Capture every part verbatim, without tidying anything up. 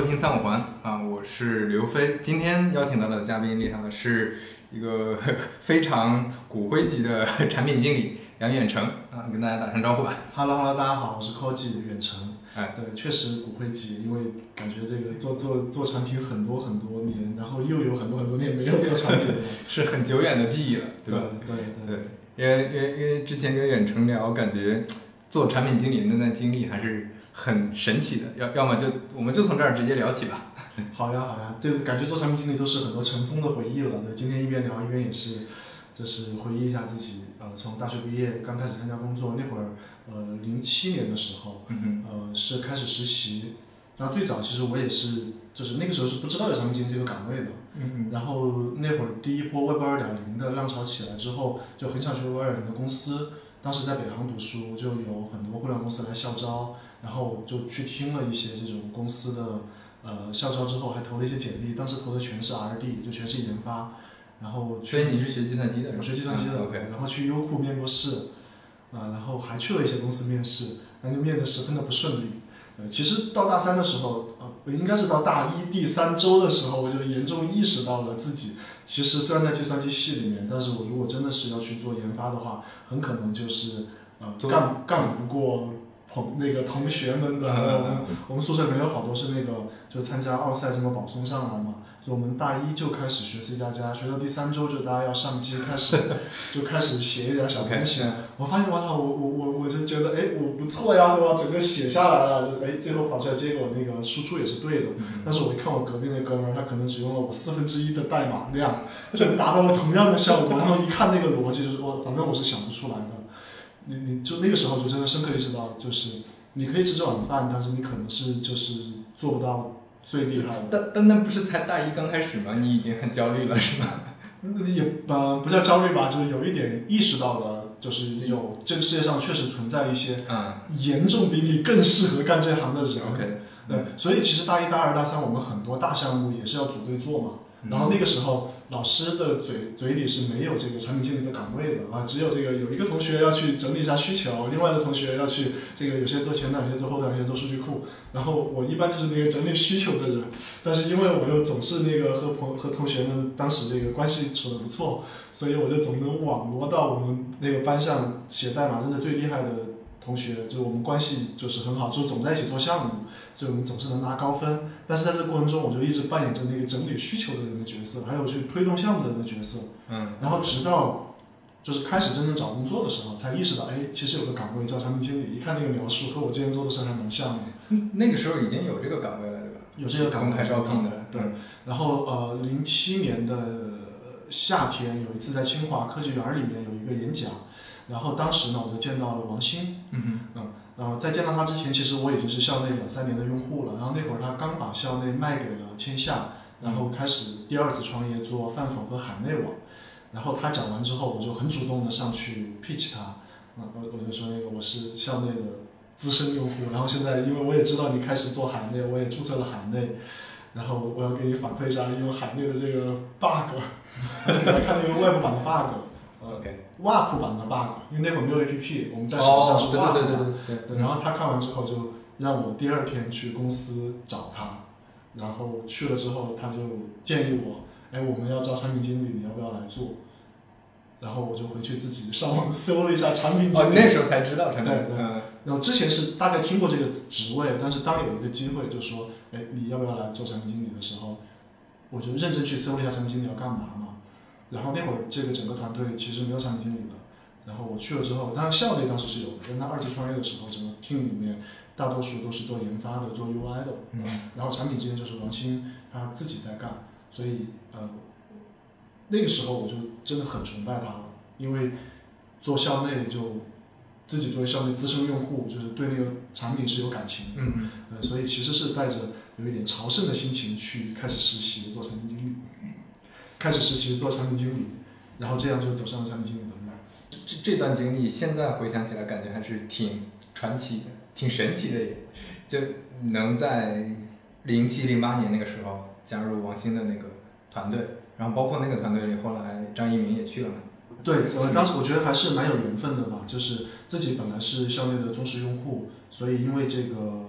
音三五环啊，我是刘飞。今天邀请到的嘉宾厉害了，是一个非常骨灰级的产品经理杨远成啊，跟大家打声招呼吧。 Hello Hello， 大家好，我是科技远程。 哎， 对，确实骨灰级，因为感觉这个做做做产品很多很多年，然后又有很多很多年没有做产品了， 是很久远的记忆了，对吧？ 对对对。 对，因为因为因为之前跟远程聊，感觉做产品经理那段经历还是很神奇的。要要么就我们就从这儿直接聊起吧。 好呀好呀，这个感觉做产品经理都是很多尘封的回忆了。对，今天一边聊一边也是，就是回忆一下自己，呃，从大学毕业刚开始参加工作那会儿，呃，零七年的时候， 嗯呃，是开始实习。然后最早其实我也是，就是那个时候是不知道有产品经理这个岗位的。 嗯然后那会儿第一波 Web 二点零的浪潮起来之后，就很想去 Web 二点零的公司。当时在北航读书，就有很多互联网公司来校招，然后就去听了一些这种公司的呃校招之后，还投了一些简历。当时投的全是 R D， 就全是研发。然后所以你是学计算机的？ 我学计算机的。 嗯、OK。 然后去优酷面过试，啊、呃，然后还去了一些公司面试，但就面得十分的不顺利。呃，其实到大三的时候，呃，应该是到大一第三周的时候，我就严重意识到了自己，其实虽然在计算机系里面，但是我如果真的是要去做研发的话，很可能就是呃干干不过同那个同学们的。我们我们宿舍里面有好多是那个就参加奥赛什么保送上来嘛，所以我们大一就开始学 C 加加，学到第三周就大家要上机，开始就开始写一点小东西。我发现我操，我我我我就觉得哎我不错呀，对吧？整个写下来了，就哎最后跑出来，结果那个输出也是对的。但是我一看我隔壁那哥们儿，他可能只用了我四分之一的代码量，就达到了同样的效果。然后一看那个逻辑，就是我反正我是想不出来的。你你就那个时候就真的深刻意识到，就是你可以吃这碗饭，但是你可能是就是做不到最厉害的。 但但那不是才大一刚开始吗？你已经很焦虑了是吗？ 也呃不叫焦虑吧，就是有一点意识到了，就是有这个世界上确实存在一些严重比你更适合干这行的人。 OK， 对，所以其实大一、大二、大三我们很多大项目也是要组队做嘛。然后那个时候老师的嘴嘴里是没有这个产品经理的岗位的啊，只有这个有一个同学要去整理一下需求，另外的同学要去这个有些做前端，有些做后端，有些做数据库。然后我一般就是那个整理需求的人，但是因为我又总是那个和朋和同学们当时这个关系处得不错，所以我就总能网罗到我们那个班上写代码真的最厉害的同学，就我们关系就是很好，就总在一起做项目，所以我们总是能拿高分。但是在这个过程中，我就一直扮演着那个整理需求的人的角色，还有去推动项目的人的角色。 嗯。 然后直到就是开始真正找工作的时候，才意识到，哎，其实有个岗位叫产品经理。一看那个描述，和我之前做的事还蛮像的。 嗯，那个时候已经有这个岗位了，对吧？ 有这个岗位， 公开招聘的。 对。然后呃，零七年的夏天，有一次在清华科技园里面有一个演讲。然后当时呢，我就见到了王鑫， 嗯嗯，然后在见到他之前，其实我已经是校内两三年的用户了。然后那会儿他刚把校内卖给了天下，然后开始第二次创业做饭否和海内网。然后他讲完之后，我就很主动的上去 pitch 他，我我就说那个我是校内的资深用户，然后现在因为我也知道你开始做海内，我也注册了海内，然后我要给你反馈一下用海内的这个 bug， 就给他看那个外部版的 bug。OK， W A P 版的 bug， 因为那会儿没有 A P P， 我们在手机上是 W A P 版。 对对对对对。 然后他看完之后就让我第二天去公司找他，然后去了之后他就建议我，哎，我们要招产品经理，你要不要来做？然后我就回去自己上网搜了一下产品经理。 哦，那时候才知道产品。 对对。嗯、然后之前是大概听过这个职位，但是当有一个机会就说，哎，你要不要来做产品经理的时候，我就认真去搜了一下产品经理要干嘛嘛。然后那会儿这个整个团队其实没有产品经理的，然后我去了之后，当然校内当时是有的，但他二次创业的时候，整个 team 里面大多数都是做研发的、做 U I 的， 嗯， 然后产品之间就是王鑫他自己在干，所以呃那个时候我就真的很崇拜他了，因为做校内就自己作为校内资深用户，就是对那个产品是有感情的， 嗯呃，所以其实是带着有一点朝圣的心情去开始实习做产品经理。开始实习做产品经理，然后这样就走上了产品经理的路。 这这段经历现在回想起来，感觉还是挺传奇的，挺神奇的也，就能在零七零八年那个时候加入王鑫的那个团队，然后包括那个团队里后来张一鸣也去了嘛。 对，我当时我觉得还是蛮有缘分的吧，就是自己本来是校内的忠实用户，所以因为这个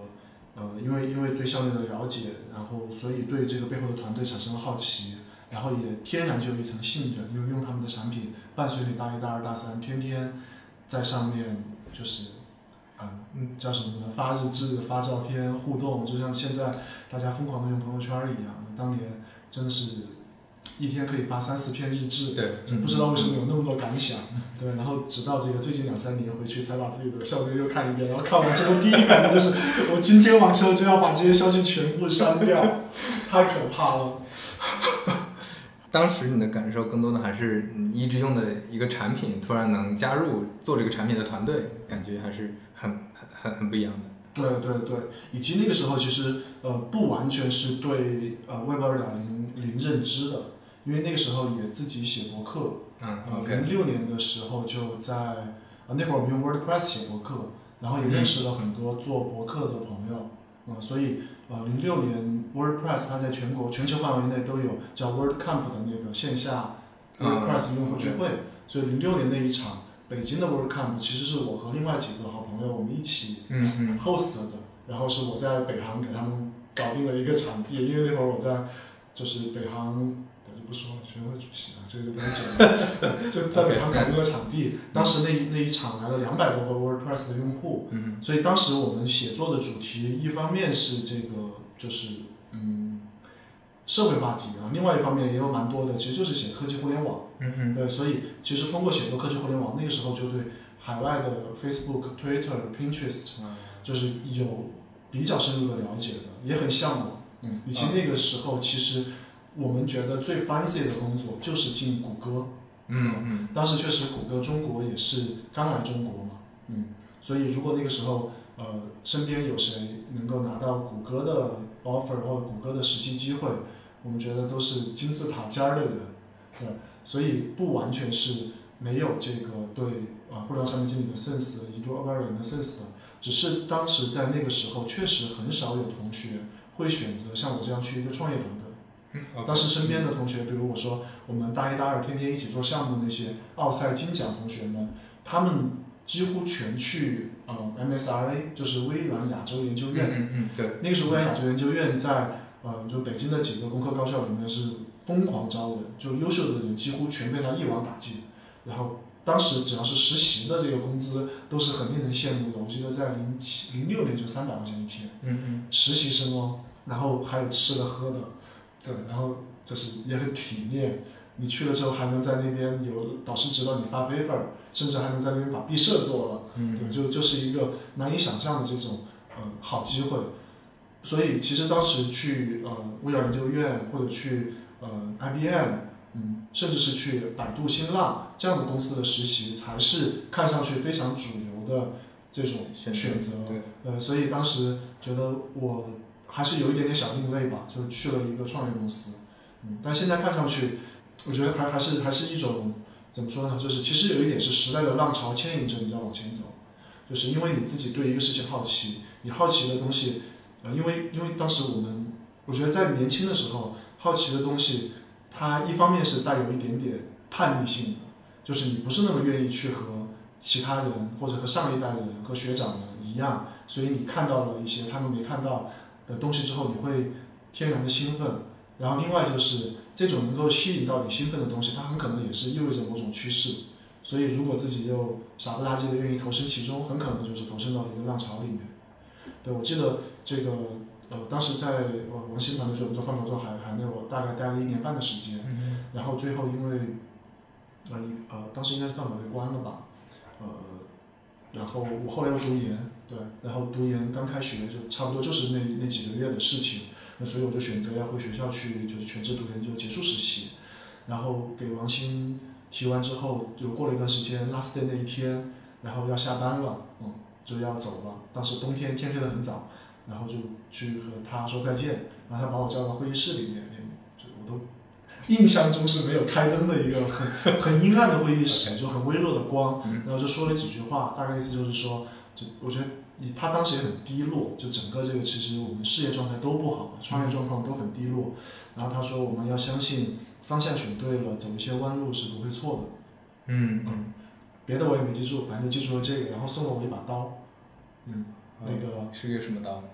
呃，因为因为对项链的了解，然后所以对这个背后的团队产生了好奇，然后也天然就有一层信任，因为用他们的产品伴随你大一、大二、大三，天天在上面就是，嗯，叫什么呢？发日志、发照片、互动，就像现在大家疯狂的用朋友圈一样。当年真的是一天可以发三四篇日志， 对， 就不知道为什么有那么多感想，对，然后直到这个最近两三年回去才把自己的校内又看一遍，然后看完之后第一感觉就是我今天晚上就要把这些消息全部删掉，太可怕了。 当时你的感受更多的还是你一直用的一个产品突然能加入做这个产品的团队，感觉还是很很很不一样的。 对对对，以及那个时候其实呃不完全是对呃 Web 二点零零认知的，因为那个时候也自己写博客， 嗯呃 ，OK， 零六年的时候就在呃那会儿我们用 WordPress 写博客，然后也认识了很多做博客的朋友，嗯、呃，所以呃零六年 WordPress 它在全国全球范围内都有叫 WordCamp 的那个线下 WordPress 用户聚会，嗯、所以零六年那一场。北京的 WordCamp 其实是我和另外几个好朋友我们一起 host 的，然后是我在北航给他们搞定了一个场地，因为那会儿我在就是北航，我就不说了，学会主席啊，这个就不能讲了，就在北航搞定了场地。当时那那一场来了两百多个 WordPress 的用户，所以当时我们写作的主题一方面是这个就是嗯。社会话题啊，另外一方面也有蛮多的，其实就是写科技互联网。 嗯嗯。 对，所以其实通过写作科技互联网，那个时候就对海外的 Facebook、Twitter、Pinterest，、嗯、就是有比较深入的了解的，也很向往。嗯。以及那个时候，其实我们觉得最 fancy 的工作就是进谷歌。 嗯嗯。 当时确实谷歌中国也是刚来中国嘛。嗯。所以如果那个时候呃身边有谁能够拿到谷歌的 offer 或者谷歌的实习机会，我们觉得都是金字塔尖儿的人，对，所以不完全是没有这个对啊互联网产品经理的 sense， 一度 Web 二点零的 sense 的，只是当时在那个时候确实很少有同学会选择像我这样去一个创业团队。 嗯、 当时身边的同学，比如我说我们大一大二天天一起做项目那些奥赛金奖同学们，他们几乎全去呃 M S R A， 就是微软亚洲研究院。 嗯嗯对。 那个时候微软亚洲研究院在呃，就北京的几个工科高校里面是疯狂招人，就优秀的人几乎全被他一网打尽。然后当时只要是实习的这个工资都是很令人羡慕的，我记得在零七零六年就三百块钱一天， 嗯嗯， 实习生哦，然后还有吃的喝的，对，然后就是也很体面。你去了之后还能在那边有导师指导你发 paper， 甚至还能在那边把毕设做了， 嗯， 对，就就是一个难以想象的这种呃好机会。所以其实当时去呃微软研究院或者去呃 I B M， 嗯，甚至是去百度、新浪这样的公司的实习，才是看上去非常主流的这种选择。呃，所以当时觉得我还是有一点点小另类吧，就去了一个创业公司。嗯，但现在看上去，我觉得还还是还是一种怎么说呢？就是其实有一点是时代的浪潮牵引着你在往前走，就是因为你自己对一个事情好奇，你好奇的东西。呃，因为因为当时我们，我觉得在年轻的时候，好奇的东西，它一方面是带有一点点叛逆性的，就是你不是那么愿意去和其他人或者和上一代人和学长们一样，所以你看到了一些他们没看到的东西之后，你会天然的兴奋。然后另外就是这种能够吸引到你兴奋的东西，它很可能也是意味着某种趋势。所以如果自己又傻不拉几的愿意投身其中，很可能就是投身到了一个浪潮里面。对，我记得这个呃，当时在呃王鑫团队时候，我们做饭团做海海内，我大概待了一年半的时间， 嗯、 然后最后因为呃呃当时应该是饭团被关了吧，呃，然后我后来又读研，对，然后读研刚开学就差不多就是那那几个月的事情，那所以我就选择要回学校去就是全职读研就结束实习，然后给王鑫提完之后，就过了一段时间 last day 那一天，然后要下班了，嗯。就要走了，当时冬天天黑得很早，然后就去和他说再见，然后他把我叫到会议室里面，就我都印象中是没有开灯的一个很很阴暗的会议室，就很微弱的光，然后就说了几句话，大概意思就是说，就我觉得他当时也很低落，就整个这个其实我们事业状态都不好，创业状况都很低落，然后他说我们要相信方向选对了，走一些弯路是不会错的， 嗯嗯。 别的我也没记住，反正就记住了这个，然后送了我一把刀，嗯，那个是个什么刀？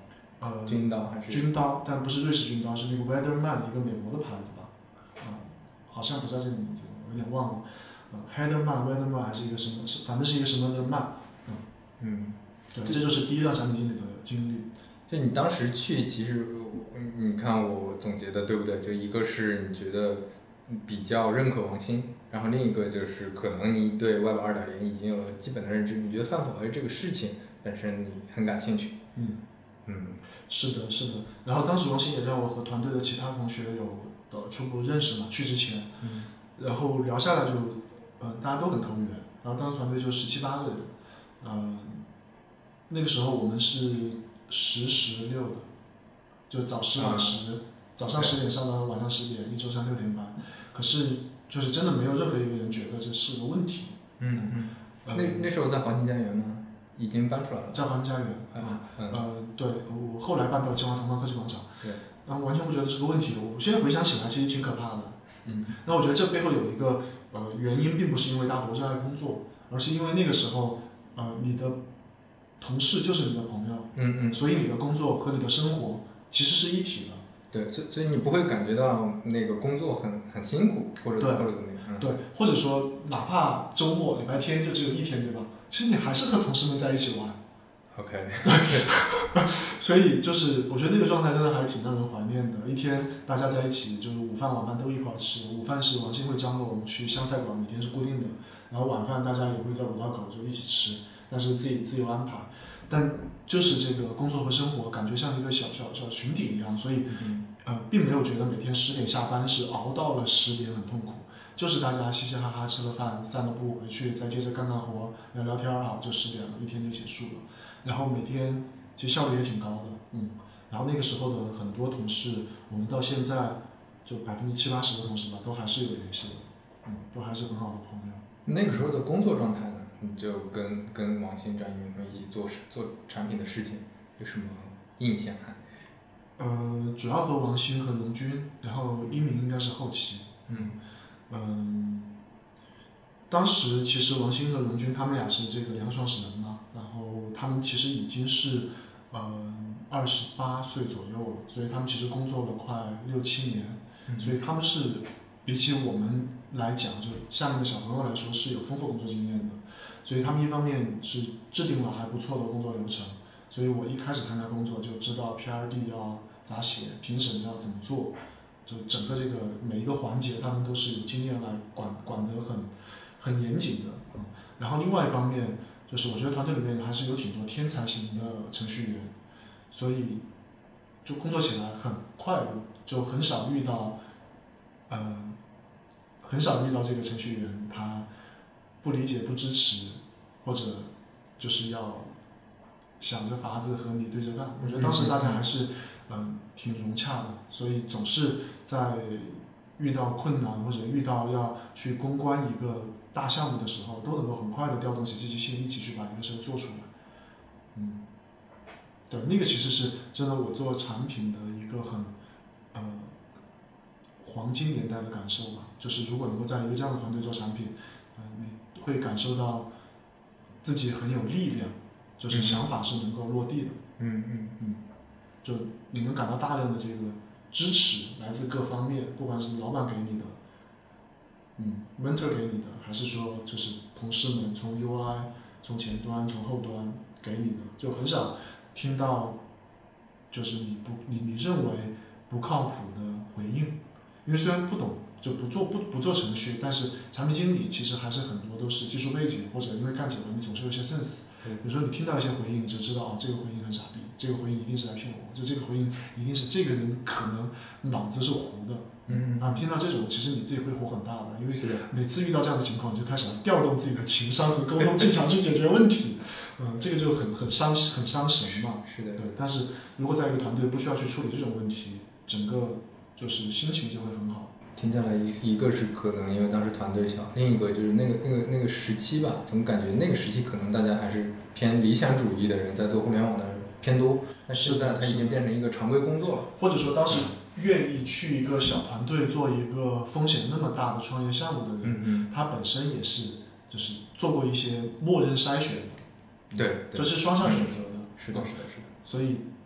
呃， 军刀还是军刀，但不是瑞士军刀，是那个 Weatherman 一个美国的牌子吧，啊、呃，好像不叫这个名字，我有点忘了。呃 Heatherman Weatherman 还是一个什么，是反正是一个什么的 man， 嗯嗯， 对，这就是第一段产品经理的经历。 就你当时去，其实你看我总结的对不对？就一个是你觉得比较认可王兴，然后另一个就是可能你对 Web 二点零已经有了基本的认知，你觉得泛否 A 这个事情本身你很感兴趣。 嗯嗯， 是的，是的。然后当时王兴也让我和团队的其他同学有的初步认识嘛，去之前， 嗯， 然后聊下来就，呃，大家都很投缘。然后当时团队就十七八个人，嗯、那个时候我们是十十六的，就早十晚十、嗯，早上十点上到晚上十点，一周上六天班。可是就是真的没有任何一个人觉得这是个问题。 嗯嗯。 呃、 那那时候在黄金家园吗？已经搬出来了。 在黄金家园。 嗯嗯。 呃，对，我后来搬到了清华同方科技广场。 对。 然后完全不觉得是个问题。我现在回想起来，其实挺可怕的。嗯。那我觉得这背后有一个呃原因，并不是因为大家多热爱工作，而是因为那个时候，呃，你的同事就是你的朋友。 嗯嗯。 所以你的工作和你的生活其实是一体的。 对，所以所以你不会感觉到那个工作很很辛苦，或者或者怎么样？嗯、 对，或者说哪怕周末礼拜天就只有一天，对吧？其实你还是和同事们在一起玩。 OK。 对。所以就是我觉得那个状态真的还挺让人怀念的。一天大家在一起，就是午饭晚饭都一块吃。午饭是王兴会张罗我们去湘菜馆，每天是固定的。然后晚饭大家也会在五道口就一起吃，但是自己自由安排。但就是这个工作和生活感觉像一个小小小群体一样，所以、 嗯、 呃，并没有觉得每天十点下班是熬到了十点很痛苦，就是大家嘻嘻哈哈吃了饭，散了步回去，再接着干干活，聊聊天，好就十点了，一天就结束了。然后每天其实效率也挺高的，嗯。然后那个时候的很多同事，我们到现在就百分之七八十的同事吧，都还是有联系的，嗯，都还是很好的朋友。 那个时候的工作状态呢？你就跟跟王兴、张一鸣他们一起做做产品的事情，有什么印象啊？ 呃，主要和王兴和荣军，然后一鸣应该是后期。 嗯嗯，当时其实王兴和荣军他们俩是这个两个创始人嘛，然后他们其实已经是呃二十八岁左右了，所以他们其实工作了快六七年， 嗯、 所以他们是比起我们来讲，就下面的小朋友来说是有丰富工作经验的。所以他们一方面是制定了还不错的工作流程，所以我一开始参加工作就知道 P R D 要咋写，评审要怎么做，就整个这个每一个环节他们都是有经验来管管得很很严谨的。嗯，然后另外一方面就是我觉得团队里面还是有挺多天才型的程序员，所以就工作起来很快乐，就很少遇到呃很少遇到这个程序员他不理解、不支持，或者就是要想着法子和你对着干。我觉得当时大家还是嗯、呃、挺融洽的，所以总是在遇到困难或者遇到要去攻关一个大项目的时候，都能够很快的调动起积极性，一起去把一个事做出来。嗯，对，那个其实是真的，我做产品的一个很呃黄金年代的感受吧。就是如果能够在一个这样的团队做产品，嗯、呃，你会感受到自己很有力量，就是想法是能够落地的。 嗯嗯嗯，就你能感到大量的这个支持来自各方面，不管是老板给你的，嗯 ，mentor 给你的，还是说就是同事们从 U I、从前端、从后端给你的，就很少听到就是你不你你认为不靠谱的回应。因为虽然不懂。就不做不不做程序，但是产品经理其实还是很多都是技术背景，或者因为干久了，你总是有些 sense。有时候你听到一些回应，你就知道哦，这个回应很傻逼，这个回应一定是来骗我，就这个回应一定是这个人可能脑子是糊的。 嗯， 啊，听到这种，其实你自己会火很大的，因为每次遇到这样的情况，你就开始调动自己的情商和沟通技巧去解决问题。嗯，这个就很很伤很伤神嘛。 是的， 对。但是如果在一个团队不需要去处理这种问题，整个就是心情就会很好。 听下来一一个是可能因为当时团队小，另一个就是那个那个那个时期吧，总感觉那个时期可能大家还是偏理想主义的人在做互联网的偏多，但现在它已经变成一个常规工作了。 或者说当时愿意去一个小团队做一个风险那么大的创业项目的人， 嗯嗯， 他本身也是就是做过一些默认筛选的， 对， 这、就是双向选择的。 是的，是的，是的。 所以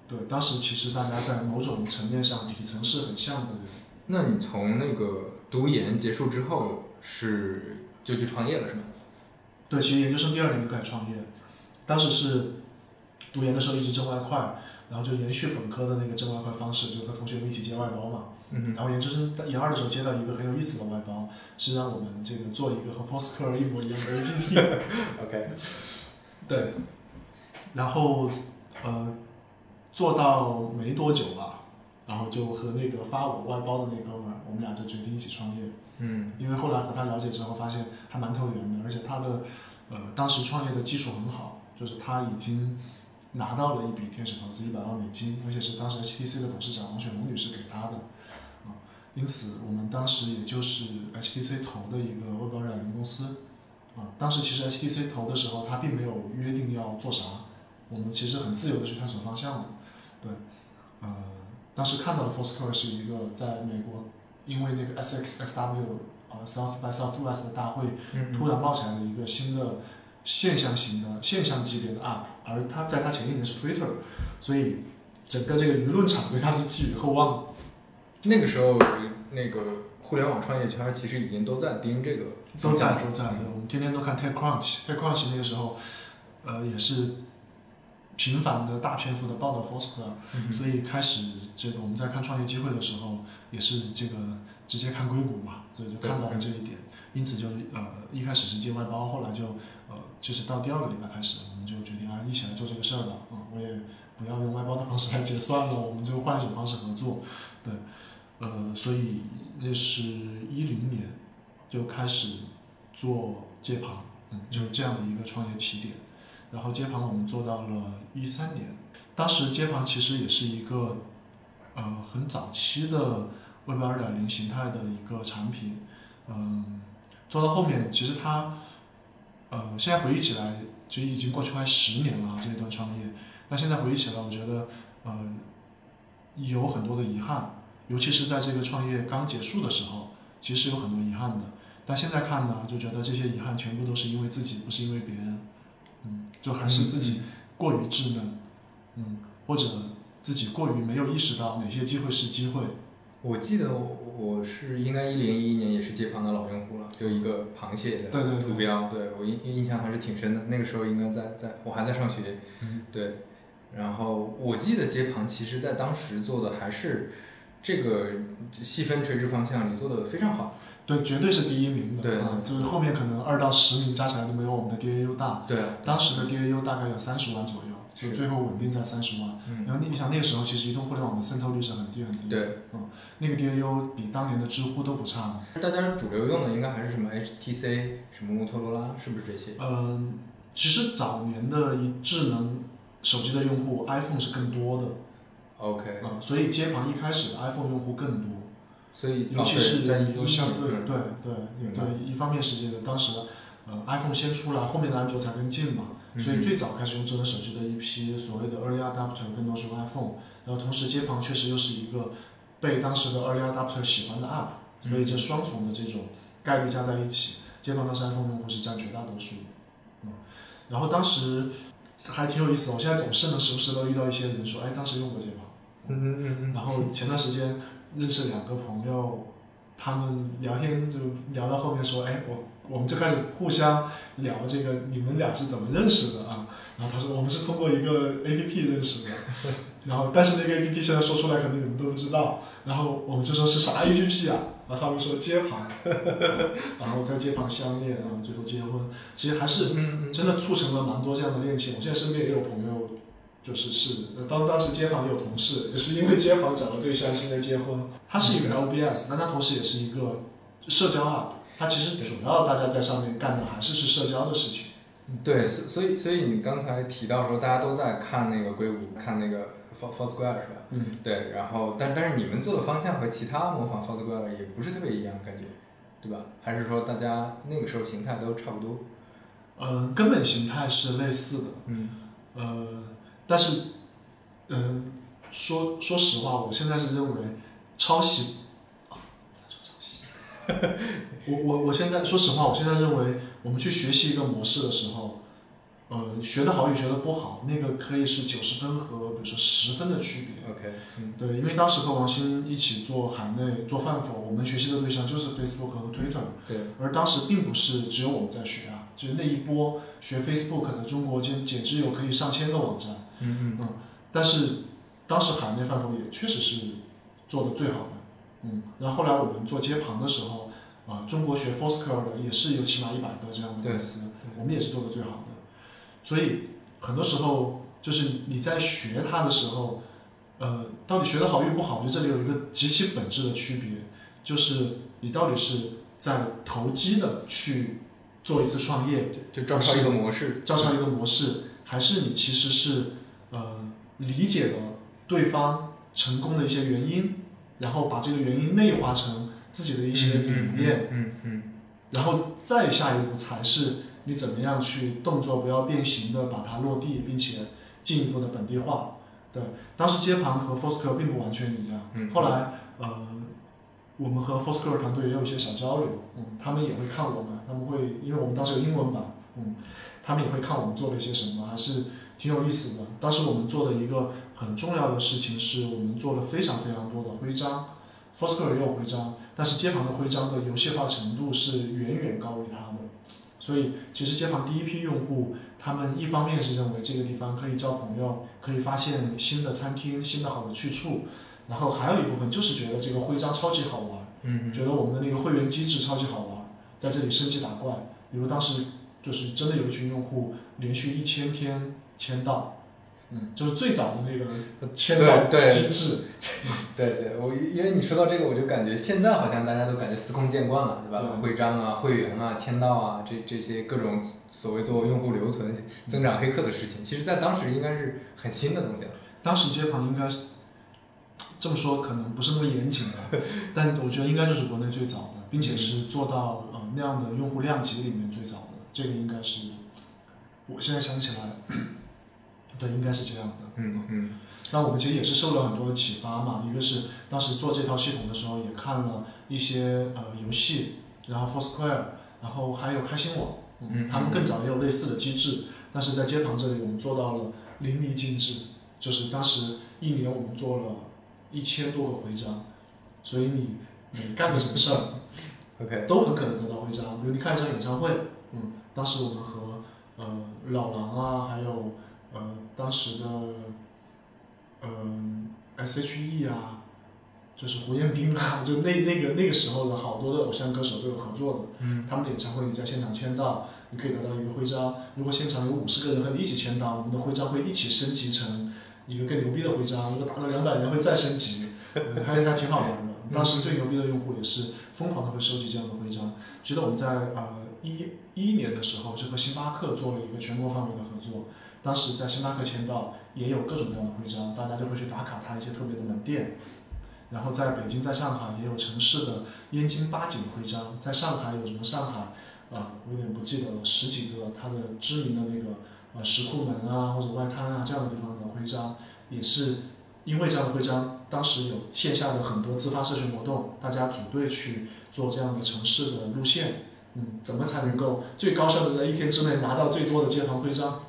对，当时其实大家在某种层面上底层是很像的人。 那你从那个读研结束之后是就去创业了是吗？ 对，其实研究生第二年就开始创业，当时是读研的时候一直挣外快，然后就延续本科的那个挣外快方式，就和同学们一起接外包嘛。 嗯然后研究生研二的时候接到一个很有意思的外包，是让我们这个做一个和 Foursquare 一模一样的 A P P。 OK。 对，然后呃做到没多久吧，然后就和那个发我外包的那哥们儿，我们俩就决定一起创业。 嗯， 因为后来和他了解之后，发现还蛮投缘的，而且他的呃当时创业的基础很好，就是他已经拿到了一笔天使投资一百万美金，而且是当时 H T C 的董事长王雪红女士给他的，啊、呃，因此我们当时也就是 H T C 投的一个 Web 二点零公司，啊、呃，当时其实 H T C 投的时候，他并没有约定要做啥，我们其实很自由的去探索方向的，对，呃，当时看到的 Foursquare 是一个在美国。因为那个 S X S W 呃 South by Southwest 的大会突然冒起来的一个新的现象型的现象级别的 App， 而它在它前一年是 Twitter， 所以整个这个舆论场对它是寄予厚望。 那个时候，那个互联网创业圈其实已经都在盯这个， 都在都在的。我们天天都看 TechCrunch，TechCrunch 那个时候，呃，也是频繁的大篇幅的报道 Foursquare，、嗯、所以开始这个我们在看创业机会的时候，也是这个直接看硅谷嘛，所以就看到了这一点，因此就呃一开始是接外包，后来就呃就是到第二个礼拜开始，我们就决定啊一起来做这个事儿吧，嗯，我也不要用外包的方式来结算了，我们就换一种方式合作，对，呃，所以那是一零年就开始做街旁，嗯，就是这样的一个创业起点。然后街旁我们做到了一三年，当时街旁其实也是一个呃很早期的 Web 二点零形态的一个产品，嗯，做到后面其实它呃现在回忆起来，其实已经过去快十年了这一段创业，但现在回忆起来，我觉得呃有很多的遗憾，尤其是在这个创业刚结束的时候，其实有很多遗憾的，但现在看呢，就觉得这些遗憾全部都是因为自己，不是因为别人。嗯，就还是自己过于稚嫩，嗯，或者自己过于没有意识到哪些机会是机会。 我记得我是应该一零一一年也是街旁的老用户了，就一个螃蟹的图标，对, 对, 对, 对我印印象还是挺深的。那个时候应该在在我还在上学， 嗯， 对。然后我记得街旁其实在当时做的还是这个细分垂直方向里做的非常好。 对，绝对是第一名的。 对、 嗯，就是后面可能二到十名加起来都没有我们的 D A U 大。 对， 当时的 D A U 大概有三十万左右，就最后稳定在三十万。 嗯， 然后你想那个时候其实移动互联网的渗透率是很低很低的。 对， 嗯，那个 D A U 比当年的知乎都不差的。大家主流用的应该还是什么 H T C， 什么摩托罗拉，是不是这些？ 嗯，其实早年的智能手机的用户 ，iPhone 是更多的。 OK。 嗯，所以街旁一开始的 iPhone 用户更多。 所以， 尤其是在一个相对对对对对，一方面是这个当时，呃，iPhone 先出来，后面的安卓才跟进嘛，所以最早开始用智能手机的一批所谓的 early adopter 更多是用 iPhone， 然后同时街旁确实又是一个被当时的 early adopter 喜欢的 app， 所以这双重的这种概率加在一起，街旁当时 iPhone 用户是占绝大多数的，嗯，然后当时还挺有意思，我现在总是能时不时都遇到一些人说，哎，当时用过街旁， 嗯嗯嗯嗯， 然后前段时间。认识两个朋友，他们聊天就聊到后面说，哎，我我们就开始互相聊这个你们俩是怎么认识的啊？然后他说我们是通过一个 A P P 认识的，然后但是那个 A P P 现在说出来可能你们都不知道，然后我们就说是啥 A P P 啊？然后他们说街旁，然后在街旁相恋，然后最后结婚，其实还是真的促成了蛮多这样的恋情。我现在身边也有朋友。就是是，当当时街旁也有同事，也是因为街旁找了对象，现在结婚。它是一个 L B S， 但它同时也是一个社交 app。它其实主要大家在上面干的还是是社交的事情。 对，所以所以你刚才提到说大家都在看那个硅谷，看那个 Foursquare 是吧？ 嗯， 对。然后，但但是你们做的方向和其他模仿 Foursquare 也不是特别一样，感觉，对吧？还是说大家那个时候形态都差不多？ 呃，根本形态是类似的。 嗯。 呃。但是，嗯、呃，说说实话，我现在是认为抄袭，啊，不能说抄袭。我我我现在说实话，我现在认为我们去学习一个模式的时候， 呃，学得好与学得不好，那个可以是九十分和比如说十分的区别。 OK， 嗯， 对，因为当时和王鑫一起做海内做饭否，我们学习的对象就是 Facebook 和 Twitter。 对。 而当时并不是只有我们在学啊，就是那一波学 Facebook 的中国简简直有可以上千个网站。 嗯嗯嗯。但是当时海内饭否也确实是做的最好的。嗯。然后后来我们做街旁的时候，啊、呃，中国学 Foursquare 的也是有起码一百个这样的公司，我们也是做的最好的。所以很多时候就是你在学它的时候，呃，到底学得好与不好，就这里有一个极其本质的区别，就是你到底是在投机的去做一次创业， 就照抄一个模式， 照抄一个模式，还是你其实是呃理解了对方成功的一些原因，然后把这个原因内化成自己的一些理念， 嗯嗯，嗯， 然后再下一步才是你怎么样去动作不要变形的把它落地，并且进一步的本地化。对，当时街旁和 Foursquare 并不完全一样， 嗯、 后来呃，我们和 Foursquare 团队也有一些小交流，嗯，他们也会看我们，他们会因为我们当时有英文版，嗯，他们也会看我们做了一些什么，还是挺有意思的。当时我们做的一个很重要的事情是我们做了非常非常多的徽章 ，Foursquare 也有徽章，但是街旁的徽章的游戏化程度是远远高于它的。所以，其实街旁第一批用户，他们一方面是认为这个地方可以交朋友，可以发现新的餐厅、新的好的去处，然后还有一部分就是觉得这个徽章超级好玩， 嗯， 觉得我们的那个会员机制超级好玩，在这里升级打怪。比如当时就是真的有一群用户连续一千天签到，嗯，就是最早的那个签到机制。 对 对, 对, 对，我因为你说到这个，我就感觉现在好像大家都感觉司空见惯了，对吧？ 对， 徽章啊、会员啊、签到啊，这这些各种所谓做用户留存、增长黑客的事情，其实在当时应该是很新的东西了。 当时街旁应该是这么说，可能不是那么严谨的，但我觉得应该就是国内最早的，并且是做到呃那样的用户量级里面最早的，这个应该是我现在想起来，对，应该是这样的。 嗯嗯。 那我们其实也是受了很多的启发嘛，一个是当时做这套系统的时候也看了一些呃游戏，然后 Foursquare， 然后还有开心网，嗯，他们更早也有类似的机制，但是在街旁这里我们做到了淋漓尽致，就是当时一年我们做了一千多个徽章，所以你每干个什么事儿 ，OK， 都很可能得到徽章。比如你看一场演唱会，嗯，当时我们和呃老狼啊，还有呃当时的。嗯 ，S H E 啊，就是胡彦斌啊，就那那个那个时候的好多的偶像歌手都有合作的。 嗯， 他们的演唱会你在现场签到，你可以得到一个徽章。如果现场有五十个人和你一起签到，我们的徽章会一起升级成一个更牛逼的徽章。如果达到两百人会再升级，嗯、还还挺好玩的。当时最牛逼的用户也是疯狂的会收集这样的徽章。觉得我们在呃一一年的时候就和星巴克做了一个全国范围的合作。当时在星巴克签到也有各种各样的徽章，大家就会去打卡它一些特别的门店。然后在北京、在上海也有城市的燕京八景徽章，在上海有什么上海，呃，我有点不记得了，十几个它的知名的那个呃石库门啊或者外滩啊这样的地方的徽章，也是因为这样的徽章，当时有线下的很多自发社群活动，大家组队去做这样的城市的路线，嗯，怎么才能够最高效的在一天之内拿到最多的街旁徽章？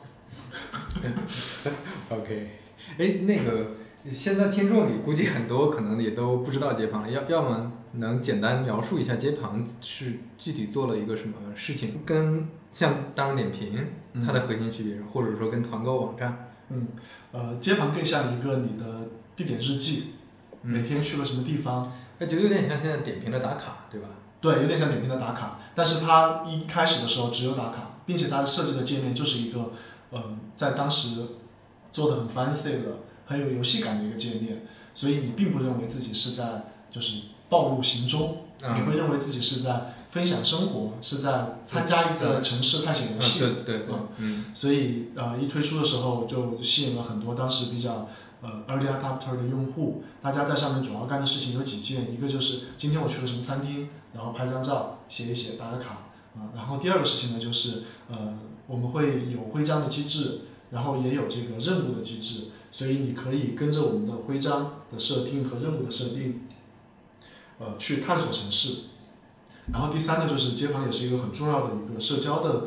OK， 哎，那个现在听众里估计很多可能也都不知道街旁了，要要么能简单描述一下街旁是具体做了一个什么事情，跟像大众点评它的核心区别，嗯、或者说跟团购网站， 嗯，呃，街旁更像一个你的地点日记，嗯、每天去了什么地方， 那就有点像现在点评的打卡，对吧？ 对，有点像点评的打卡，但是它一开始的时候只有打卡，并且它设计的界面就是一个。呃，在当时做的很 fancy 的、很有游戏感的一个界面，所以你并不认为自己是在就是暴露行踪，嗯、你会认为自己是在分享生活，是在参加一个城市探险游戏。 嗯、对对对，嗯， 所以呃，一推出的时候就吸引了很多当时比较呃 early adopter 的用户，大家在上面主要干的事情有几件，一个就是今天我去了什么餐厅，然后拍张照，写一写，打个卡，啊、呃，然后第二个事情呢就是呃。我们会有徽章的机制，然后也有这个任务的机制，所以你可以跟着我们的徽章的设定和任务的设定，呃，去探索城市。然后第三呢，就是街旁也是一个很重要的一个社交的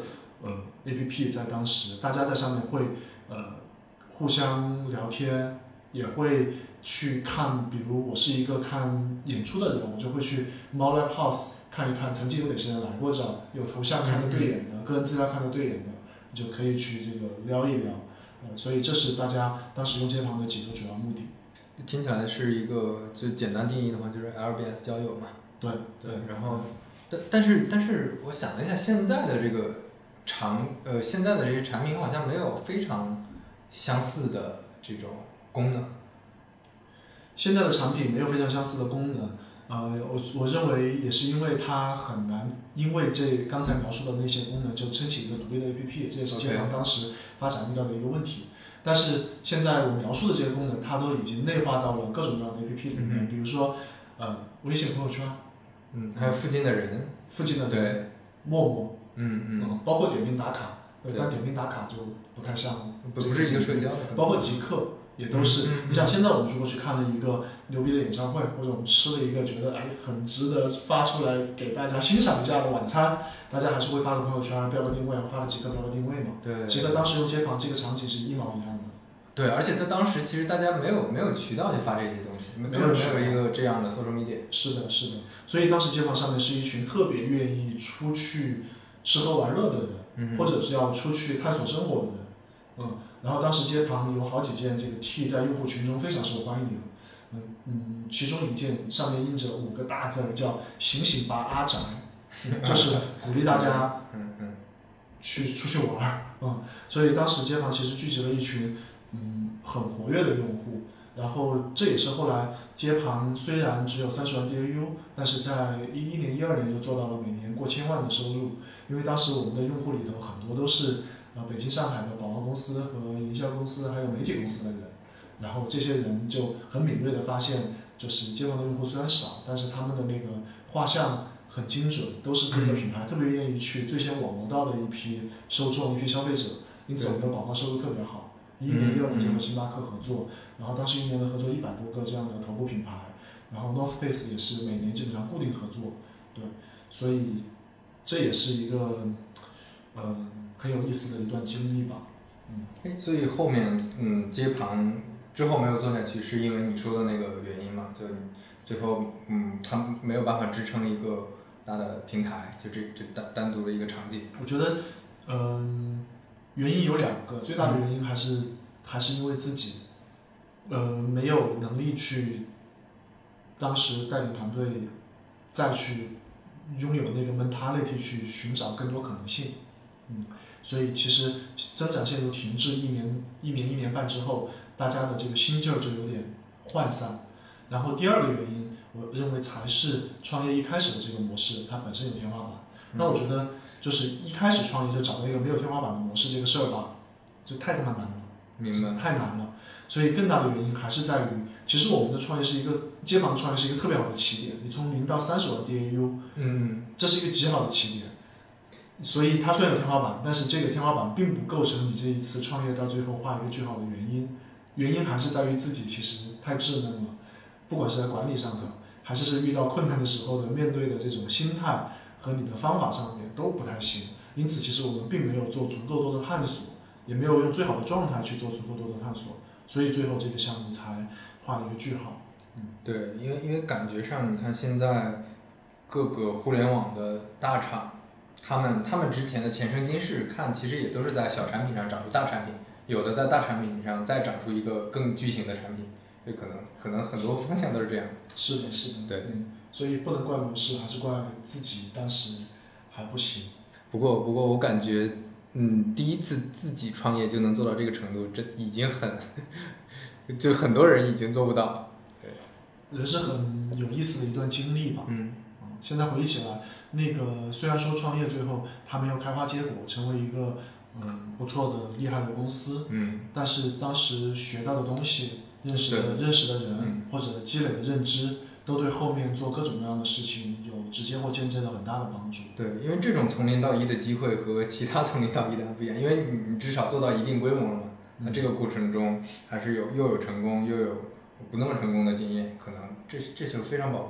呃 A P P 在当时，大家在上面会呃互相聊天，也会去看，比如我是一个看演出的人，我就会去猫 Live House 看一看曾经有哪些人来过这儿，有头像看得对眼的，个人资料看得对眼的，你就可以去这个聊一聊。呃，所以这是大家当时用街旁的几个主要目的。 听起来是一个最简单定义的话，就是 L B S 交友嘛。 对对，然后，但但是但是我想了一下，现在的这个长呃现在的这些产品好像没有非常相似的这种功能。 现在的产品没有非常相似的功能，呃，我我认为也是因为它很难，因为这刚才描述的那些功能就撑起一个独立的 A P P， 这也是街旁当时发展遇到的一个问题。但是现在我描述的这些功能，它都已经内化到了各种各样的 A P P 里面，嗯、比如说呃微信朋友圈， 嗯，还有附近的人， 附近的人， 对， 陌陌， 嗯嗯、 呃，包括点评打卡，但点评打卡就不太像， 不不是一个社交的， 包括极客。也都是， 嗯、 你想现在我们如果去看了一个牛逼的演唱会，或者我们吃了一个觉得哎很值得发出来给大家欣赏一下的晚餐，大家还是会发个朋友圈，标个定位，发个极客标个定位嘛。 对。 极客当时用街旁这个场景是一毛一样的。 对，而且在当时其实大家没有没有渠道去发这些东西，没有没有一个这样的 social media。 是的，是的。所以当时街旁上面是一群特别愿意出去吃喝玩乐的人， 嗯、 或者是要出去探索生活的人，嗯。然后当时街旁有好几件这个 T 在用户群中非常受欢迎，嗯嗯，其中一件上面印着五个大字叫“醒醒吧阿宅”，就是鼓励大家去出去玩，嗯，所以当时街旁其实聚集了一群嗯很活跃的用户，然后这也是后来街旁虽然只有三十万 D A U， 但是在一一年、一二年就做到了每年过千万的收入，因为当时我们的用户里头很多都是。呃，北京、上海的广告公司和营销公司，还有媒体公司的人，然后这些人就很敏锐地发现，就是街旁的用户虽然少，但是他们的那个画像很精准，都是各个品牌特别愿意去最先网罗到的一批受众、一批消费者，因此我们的广告收入特别好。一一年、一二年就和星巴克合作，然后当时一年能合作一百多个这样的头部品牌，然后 North Face 也是每年基本上固定合作，对，所以这也是一个，嗯、呃。很有意思的一段经历吧， 嗯，所以后面嗯街旁之后没有做下去，是因为你说的那个原因嘛？就最后嗯，它没有办法支撑一个大的平台，就这这单单独的一个场景。 我觉得，嗯、呃，原因有两个，最大的原因还是、嗯、还是因为自己，呃，没有能力去当时带领团队再去拥有那个 mentality 去寻找更多可能性，嗯。所以其实增长线路停滞一年、一年、一年半之后，大家的这个心劲儿就有点涣散。然后第二个原因，我认为才是创业一开始的这个模式，它本身有天花板。那、嗯、我觉得就是一开始创业就找到一个没有天花板的模式，这个事儿吧，就太他妈难了， 明白？ 太难了。所以更大的原因还是在于，其实我们的创业是一个街坊创业是一个特别好的起点，你从零到三十万 D A U， 嗯， 这是一个极好的起点。所以它虽然有天花板，但是这个天花板并不构成你这一次创业到最后画一个句号的原因。原因还是在于自己其实太稚嫩了，不管是在管理上头，还是是遇到困难的时候的面对的这种心态和你的方法上面都不太行。因此，其实我们并没有做足够多的探索，也没有用最好的状态去做足够多的探索，所以最后这个项目才画了一个句号。 嗯，对，因为因为感觉上，你看现在各个互联网的大厂。他们他们之前的前生今世看，其实也都是在小产品上长出大产品，有的在大产品上再长出一个更巨型的产品，就可能可能很多方向都是这样。 是的，是的， 对， 嗯，所以不能怪模式，还是怪自己当时还不行。 不过不过我感觉，嗯，第一次自己创业就能做到这个程度，这已经很，就很多人已经做不到。 对，人是很有意思的一段经历吧。 嗯， 现在回忆起来。那个虽然说创业最后它没有开花结果，成为一个嗯不错的厉害的公司， 嗯， 但是当时学到的东西、认识的认识的人、 嗯、 或者积累的认知，都对后面做各种各样的事情有直接或间接的很大的帮助。 对，因为这种从零到一的机会和其他从零到一的不一样，因为你至少做到一定规模了嘛，那这个过程中还是有又有成功又有不那么成功的经验，可能这这就非常宝贵。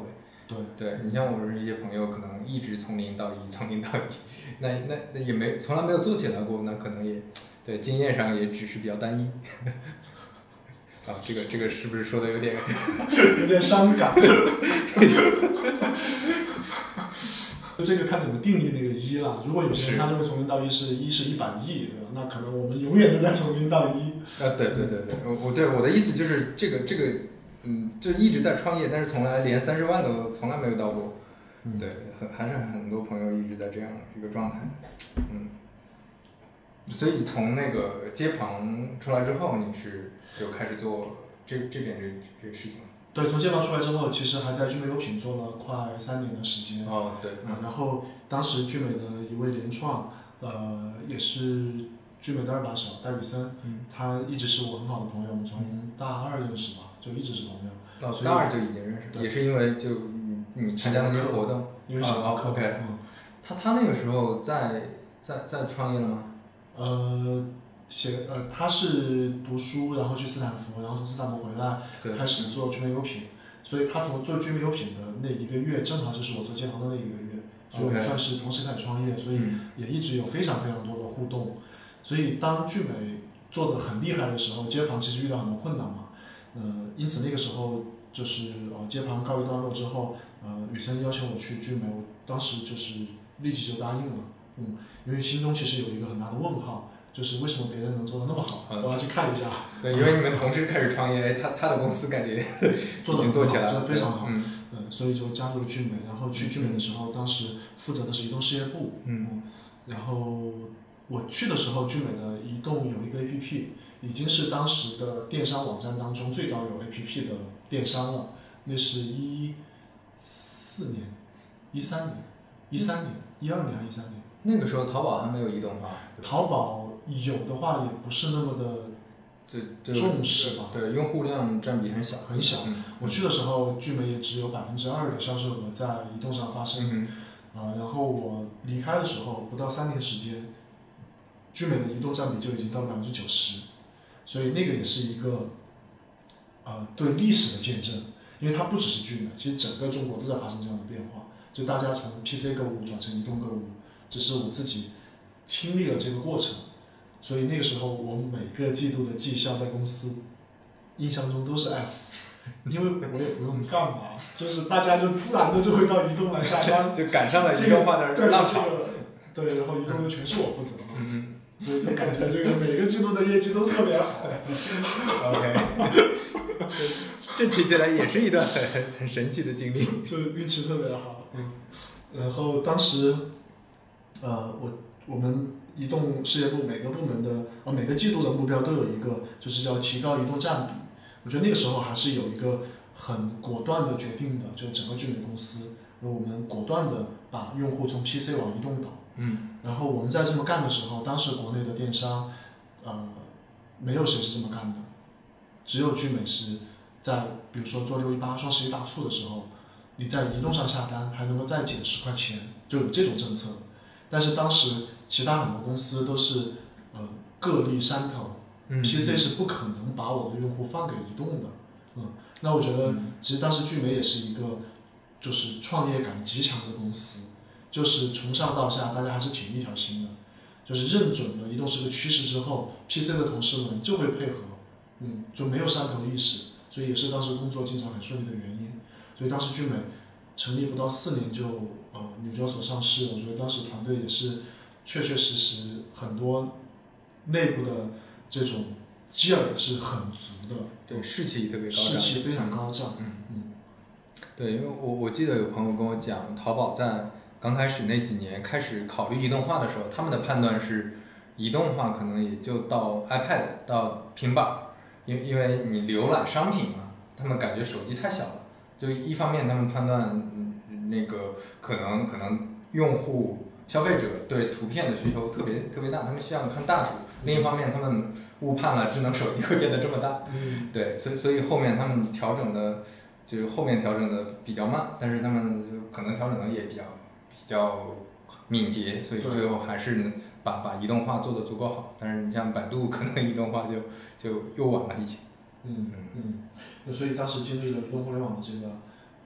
对对，你像我这些朋友，可能一直从零到一，从零到一，那那那也没从来没有做起来过，那可能也对经验上也只是比较单一。啊，这个这个是不是说的有点有点伤感？这个看怎么定义那个一了。如果有些人他认为从零到一是一是一百亿，对吧？那可能我们永远都在从零到一。 啊，对对对对，我我对我的意思就是这个这个，嗯，就一直在创业，但是从来连三十万都从来没有到过。嗯、对，很还是很多朋友一直在这样一个状态的，嗯。所以从那个街旁出来之后，你是就开始做这这边这这个事情了？ 对，从街旁出来之后，其实还在聚美优品做了快三年的时间。 哦，对。 嗯，然后当时聚美的一位联创，呃，也是聚美的二把手戴宇森， 嗯， 他一直是我很好的朋友，我们从大二认识吧，就一直是朋友。 哦，大二就已经认识，也是因为就你你参加那些活动， 因为写啊 ，OK。 嗯， 他他那个时候在在在创业了吗？ 呃，写呃，他是读书，然后去斯坦福，然后从斯坦福回来，开始做聚美优品。所以他从做聚美优品的那一个月，正好就是我做街旁的那一个月，所以我们算是同时开始创业，所以也一直有非常非常多的互动。所以当聚美做的很厉害的时候，街旁其实遇到很多困难嘛，呃，因此那个时候就是呃街旁告一段落之后，呃，宇森邀请我去聚美，我当时就是立即就答应了。嗯，因为心中其实有一个很大的问号，就是为什么别人能做得那么好，嗯、我要去看一下。 对，因为你们同时开始创业，他他的公司感觉做得做起来了， 做得非常好。 嗯， 嗯，所以就加入了聚美。然后去聚美的时候，当时负责的是移动事业部。 嗯， 嗯，然后我去的时候，聚美的移动有一个 A P P， 已经是当时的电商网站当中最早有 A P P 的电商了。那是一四年、一三年、一三年、一二年还是一三年？ 那个时候淘宝还没有移动化， 淘宝有的话也不是那么的重视吧？ 对，用户量占比很小， 很小。 嗯、 我去的时候，聚美也只有百分之二的销售额在移动上发生。 嗯呃，然后我离开的时候，不到三年时间，聚美的移动占比就已经到了百分之九十，所以那个也是一个呃对历史的见证，因为它不只是聚美，其实整个中国都在发生这样的变化，就大家从 P C 购物转成移动购物。只是我自己经历了这个过程，所以那个时候我每个季度的绩效在公司印象中都是 S， 因为我也不用干嘛，就是大家就自然的就会到移动来下单， 就赶上了移动化的浪潮。 对，然后移动就全是我负责的嘛，嗯、所以就感觉这个每个季度的业绩都特别好。 OK， 这听起来也是一段很很很神奇的经历， 就运气特别好。嗯，然后当时。呃，我我们移动事业部每个部门的呃每个季度的目标都有一个，就是要提高移动占比。我觉得那个时候还是有一个很果断的决定的，就整个聚美公司，我们果断的把用户从 P C 往移动导。 嗯。 然后我们在这么干的时候，当时国内的电商，呃，没有谁是这么干的，只有聚美是在比如说做六一八、双十一大促的时候，你在移动上下单还能够再减十块钱，就有这种政策。但是当时其他很多公司都是呃个例山头、嗯、，P C 是不可能把我的用户放给移动的，嗯，那我觉得其实当时聚美也是一个就是创业感极强的公司，就是从上到下大家还是挺一条心的，就是认准了移动是个趋势之后 ，P C 的同事们就会配合，嗯，就没有山头意识，所以也是当时工作进展很顺利的原因，所以当时聚美成立不到四年就呃纽交所上市，我觉得当时团队也是确确实实很多内部的这种劲儿是很足的， 对，士气特别高涨， 士气非常高涨， 嗯嗯，对，因为我我记得有朋友跟我讲，淘宝在刚开始那几年开始考虑移动化的时候，他们的判断是移动化可能也就到 iPad 到平板，因为因为你浏览商品嘛，他们感觉手机太小了。就一方面，他们判断，嗯，那个可能可能用户消费者对图片的需求特别特别大，他们希望看大图。另一方面，他们误判了智能手机会变得这么大。 嗯， 对，所以所以后面他们调整的，就后面调整的比较慢，但是他们就可能调整的也比较比较敏捷，所以最后还是把把移动化做得足够好。但是你像百度，可能移动化就就又晚了一些。 嗯嗯，所以当时经历了移动互联网的这个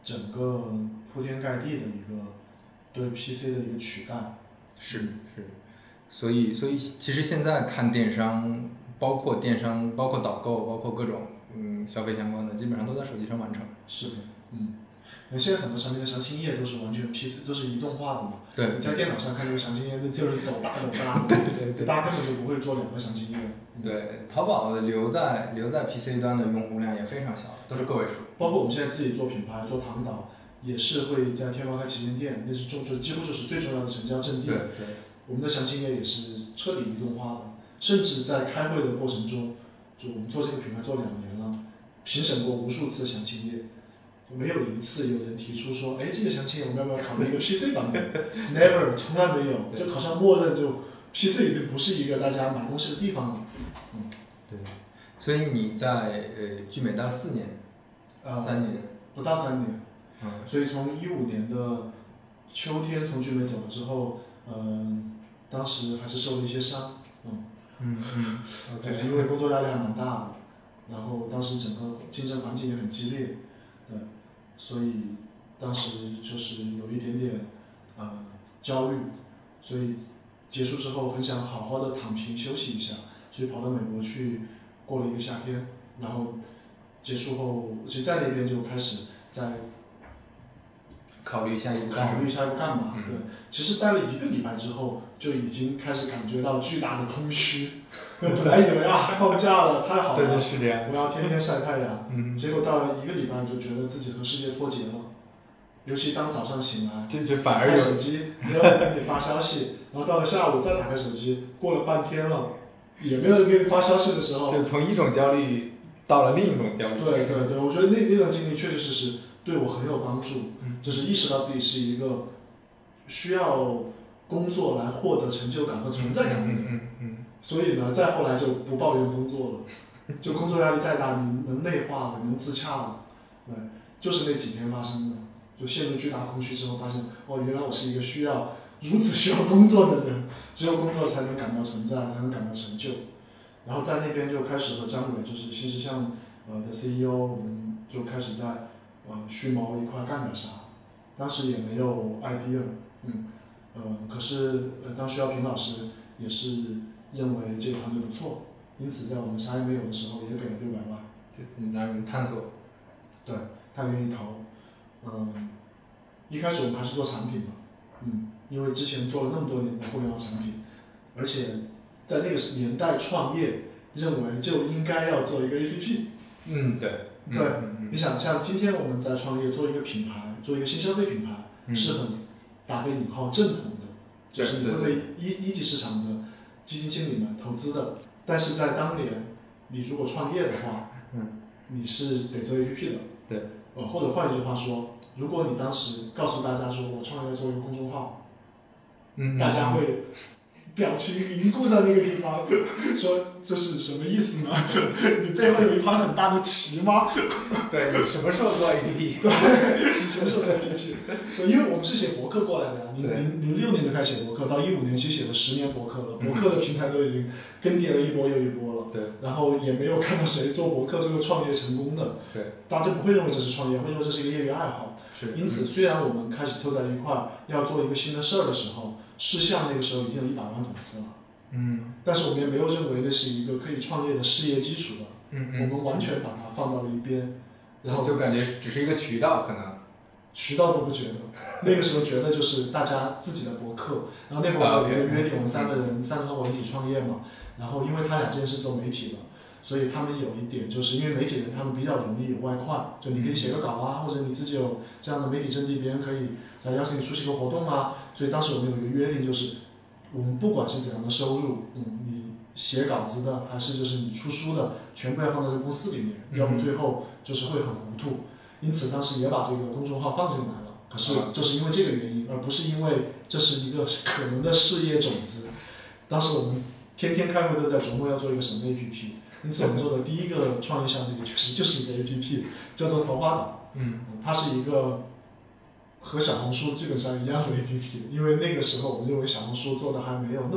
整个铺天盖地的一个对 P C 的一个取代。 是是，所以所以其实现在看电商，包括电商，包括导购，包括各种嗯消费相关的，基本上都在手机上完成。 是的，嗯。现在很多产品的详情页都是完全 P C 都是移动化的嘛， 对， 你在电脑上看这个详情页，那就是抖大抖大的， 对对对， 大家根本就不会做两个详情页。 嗯、对，淘宝留在留在 P C 端的用户量也非常小，都是个位数。 包括我们现在自己做品牌做淘导，也是会在天猫开旗舰店，那是重就几乎就是最重要的成交阵地。 对对， 我们的详情页也是彻底移动化的，甚至在开会的过程中，就我们做这个品牌做两年了，评审过无数次详情页。没有一次有人提出说，哎，这个详情页我们要不要考虑一个 P C 版本？Never， 从来没有，就好像默认就 P C 已经不是一个大家买东西的地方了。嗯， 对。所以你在呃聚美待了四年， 呃， 三年， 不到三年。 嗯。所以从一五年的秋天从聚美走了之后，嗯、呃，当时还是受了一些伤。嗯嗯嗯。 就是因为工作压力还蛮大的，然后当时整个竞争环境也很激烈。对，所以当时就是有一点点呃焦虑，所以结束之后很想好好的躺平休息一下，所以跑到美国去过了一个夏天，然后结束后，其实在那边就开始在考虑下一步考虑下一步干嘛。 嗯、 对，其实待了一个礼拜之后，就已经开始感觉到巨大的空虚。本来以为啊放假了太好了， 对对是这样， 我要天天晒太阳。 嗯， 结果到了一个礼拜就觉得自己和世界脱节了，尤其当早上醒来， 就就反而有手机没有人给你发消息，然后到了下午再打开手机，过了半天了，也没有人给你发消息的时候， 就从一种焦虑到了另一种焦虑。 对对对，我觉得那那段经历确确实实对我很有帮助，嗯、就是意识到自己是一个需要工作来获得成就感和存在感的人。 嗯嗯嗯。 所以呢，再后来就不抱怨工作了，就工作压力再大，你能内化了，能自洽了，对，就是那几天发生的，就陷入巨大空虚之后，发现哦，原来我是一个需要如此需要工作的人，只有工作才能感到存在，才能感到成就。然后在那边就开始和张伟，就是新石像呃的 C E O， 我们就开始在呃蓄谋一块干点啥，当时也没有 idea， 嗯，呃，可是呃当徐小平老师也是认为这个团队不错，因此在我们啥也没有的时候也给了六百万， 就让你们探索。 对，他愿意投。嗯，一开始我们还是做产品嘛，嗯，因为之前做了那么多年的互联网产品，而且在那个年代创业，认为就应该要做一个 A P P。 嗯，对。 对，嗯嗯、你想像今天我们在创业做一个品牌，做一个新消费品牌，嗯、是很打个引号正统的，就是你会被一一级市场的基金经理们投资的，但是在当年，你如果创业的话， 嗯， 你是得做 A P P 的， 对， 呃，或者换一句话说，如果你当时告诉大家说我创业做一个公众号， 嗯， 大家会表情凝固在那个地方，说这是什么意思呢？你背后有一盘很大的棋吗？ 对，你什么时候做 A P P？ 对，你什么时候做 A P P？ 对，因为我们是写博客过来的呀，零零零六年就开始写博客，到一五年其实写了十年博客了，博客的平台都已经更迭了一波又一波了。 对， 然后也没有看到谁做博客最后创业成功的。 对， 大家就不会认为这是创业，会认为这是一个业余爱好。 是。 因此，虽然我们开始凑在一块儿要做一个新的事儿的时候，视像那个时候已经有一百万粉丝了。 嗯， 但是我们也没有认为那是一个可以创业的事业基础的， 嗯嗯， 我们完全把它放到了一边，然后就感觉只是一个渠道，可能渠道都不觉得，那个时候觉得就是大家自己的博客，然后那会儿我们有一个约定，我们三个人三个合伙人一起创业嘛，然后因为他俩之前是做媒体的，所以他们有一点就是因为媒体人他们比较容易有外快，就你可以写个稿啊，或者你自己有这样的媒体阵地，别人可以来邀请你出席个活动啊，所以当时我们有一个约定就是。我们不管是怎样的收入，嗯，你写稿子的，还是就是你出书的，全部要放在这个公司里面，要不最后就是会很糊涂。因此当时也把这个公众号放进来了，可是就是因为这个原因，而不是因为这是一个可能的事业种子。当时我们天天开会都在琢磨要做一个什么 A P P， 因此我们做的第一个创业项目也确实就是一个 A P P， 叫做桃花岛。 嗯， 它是一个。和小红书基本上一样的 A P P， 因为那个时候我们认为小红书做的还没有那么好，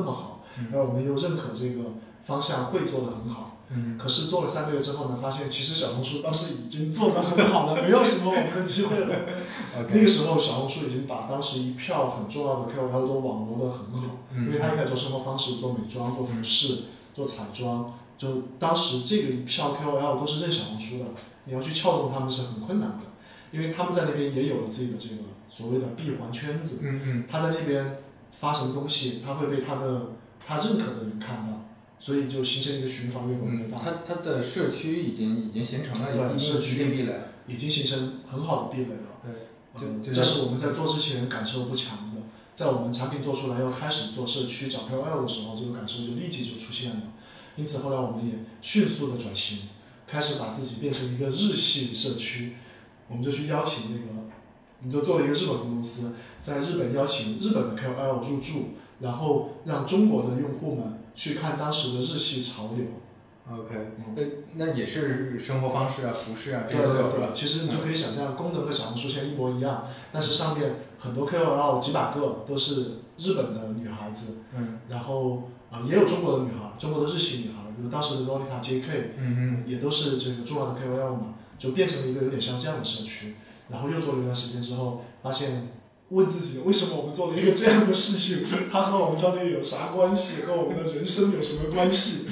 然后我们又认可这个方向会做得很好。 嗯， 可是做了三个月之后呢，发现其实小红书当时已经做得很好了，没有什么我们的机会了。 okay. 那个时候小红书已经把当时一票很重要的 K O L 都网罗得很好， 嗯、 因为他一开始做生活方式、做美妆、做服饰、做彩妆，就当时这个一票 K O L 都是认小红书的，你要去撬动他们是很困难的，因为他们在那边也有了自己的这个所谓的闭环圈子。 嗯嗯， 他在那边发什么东西，他会被他的他认可的人看到。所以就形成一个循环越滚越大。 它它的社区已经已经形成了一定一定壁垒， 已经形成很好的壁垒了。 对，就、 嗯、 就这是我们在做之前感受不强的，在我们产品做出来要开始做社区找 K O L 的时候，这个感受就立即就出现了。因此后来我们也迅速的转型，开始把自己变成一个日系社区，我们就去邀请那个，我们就做了一个日本公司，在日本邀请日本的 K O L 入驻，然后让中国的用户们去看当时的日系潮流。 OK， 那那也是生活方式啊、服饰啊，这些都有是吧？其实你就可以想象，功能和小红书现在一模一样，但是上面很多 K O L 几百个都是日本的女孩子， 嗯， 然后啊、呃、也有中国的女孩，中国的日系女孩，比如当时的 Lolita J K， 嗯嗯， 也都是这个重要的 K O L 嘛，就变成了一个有点像这样的社区。然后又做了一段时间之后，发现。问自己为什么我们做了一个这样的事情，它和我们到底有啥关系，和我们的人生有什么关系？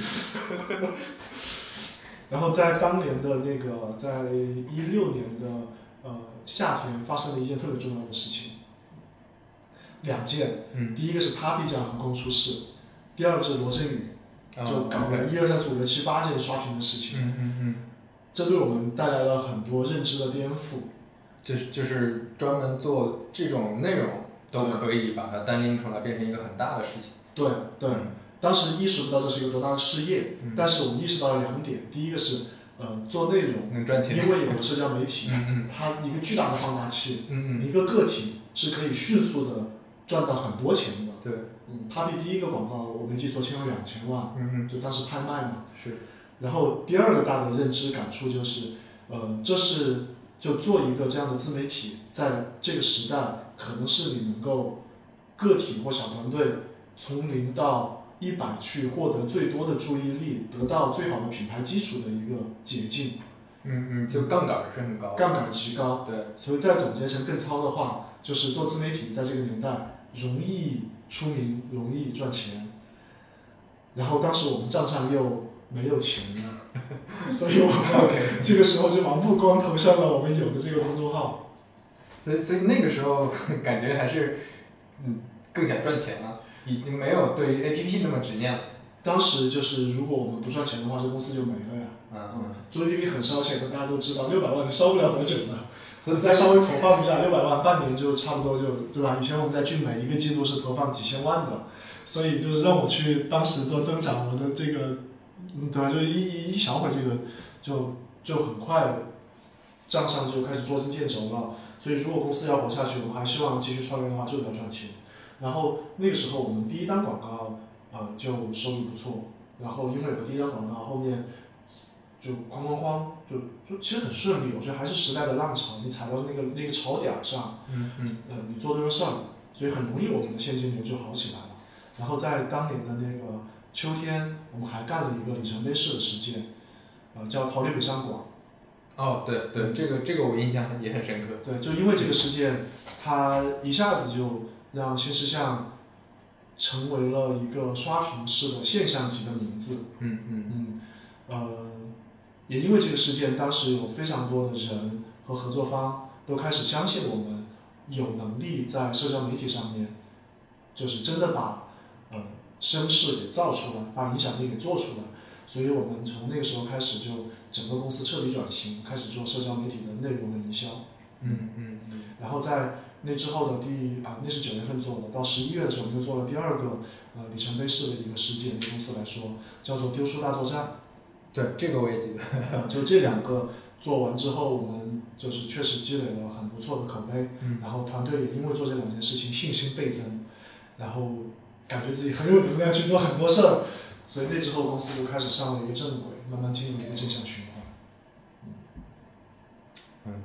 然后在当年的那个，在一六年的呃夏天，发生了一件特别重要的事情，两件， 嗯， 第一个是 Papi 酱横空出世，第二个是罗振宇， 哦、 就搞了一二三四五六七八件刷屏的事情， 嗯嗯嗯， 这对我们带来了很多认知的颠覆。 就是就是专门做这种内容都可以把它单拎出来，变成一个很大的事情。 对对、嗯，当时意识不到这是一个多大的事业， 嗯、 但是我们意识到了两点，第一个是呃做内容能赚钱， 因为有了社交媒体， 嗯嗯， 它一个巨大的放大器， 嗯嗯， 一个个体是可以迅速的赚到很多钱的。 对， 嗯 ，Papi 第一个广告我没记错签了两千万， 嗯嗯， 就当时拍卖嘛。 是。 然后第二个大的认知感触就是，呃，这是。就做一个这样的自媒体，在这个时代，可能是你能够个体或小团队从零到一百去获得最多的注意力，得到最好的品牌基础的一个捷径。 嗯嗯，就杠杆是很高， 杠杆极高。 对， 所以再总结成更糙的话，就是做自媒体在这个年代容易出名，容易赚钱。然后当时我们账上又没有钱了。所以我们这个时候就把目光投向了我们有的这个公众号。 所以，所以那个时候感觉还是，嗯，更想赚钱了，已经没有对于 A P P 那么执念了。 当时就是如果我们不赚钱的话，这公司就没了呀。 嗯嗯。 做 A P P 很烧钱的，大家都知道，六百万你烧不了多久的。所以再稍微投放一下，六百万半年就差不多就对吧？以前我们在俊美一个季度是投放几千万的，所以就是让我去当时做增长，我的这个。嗯，对吧？就一一小会这个，就就很快，账上就开始捉襟见肘了。所以如果公司要活下去，我们还希望继续创业的话，就得要赚钱。然后那个时候我们第一单广告，呃，就收益不错。然后因为有个第一单广告，后面就哐哐哐，就就其实很顺利。我觉得还是时代的浪潮，你踩到那个那个潮点上， 嗯嗯， 呃，你做对了事儿，所以很容易我们的现金流就好起来了。然后在当年的那个。秋天，我们还干了一个里程碑式的事件，呃，叫逃离北上广。 哦，对对，这个这个我印象也很深刻。 对，就因为这个事件，它一下子就让新事项成为了一个刷屏式的现象级的名字。 嗯嗯嗯，呃，也因为这个事件，当时有非常多的人和合作方都开始相信我们有能力在社交媒体上面，就是真的把呃。声势给造出来，把影响力给做出来，所以我们从那个时候开始就整个公司彻底转型，开始做社交媒体的内容的营销。 嗯嗯嗯。 然后在那之后的第啊，那是九月份做的，到十一月的时候，我们就做了第二个呃里程碑式的一个事件，对公司来说叫做丢书大作战。 对，这个我也记得。 就这两个做完之后，我们就是确实积累了很不错的口碑， 嗯、 然后团队也因为做这两件事情信心倍增，然后。感觉自己很有能量去做很多事儿，所以那之后公司就开始上了一个正轨，慢慢进入一个正向循环。 嗯，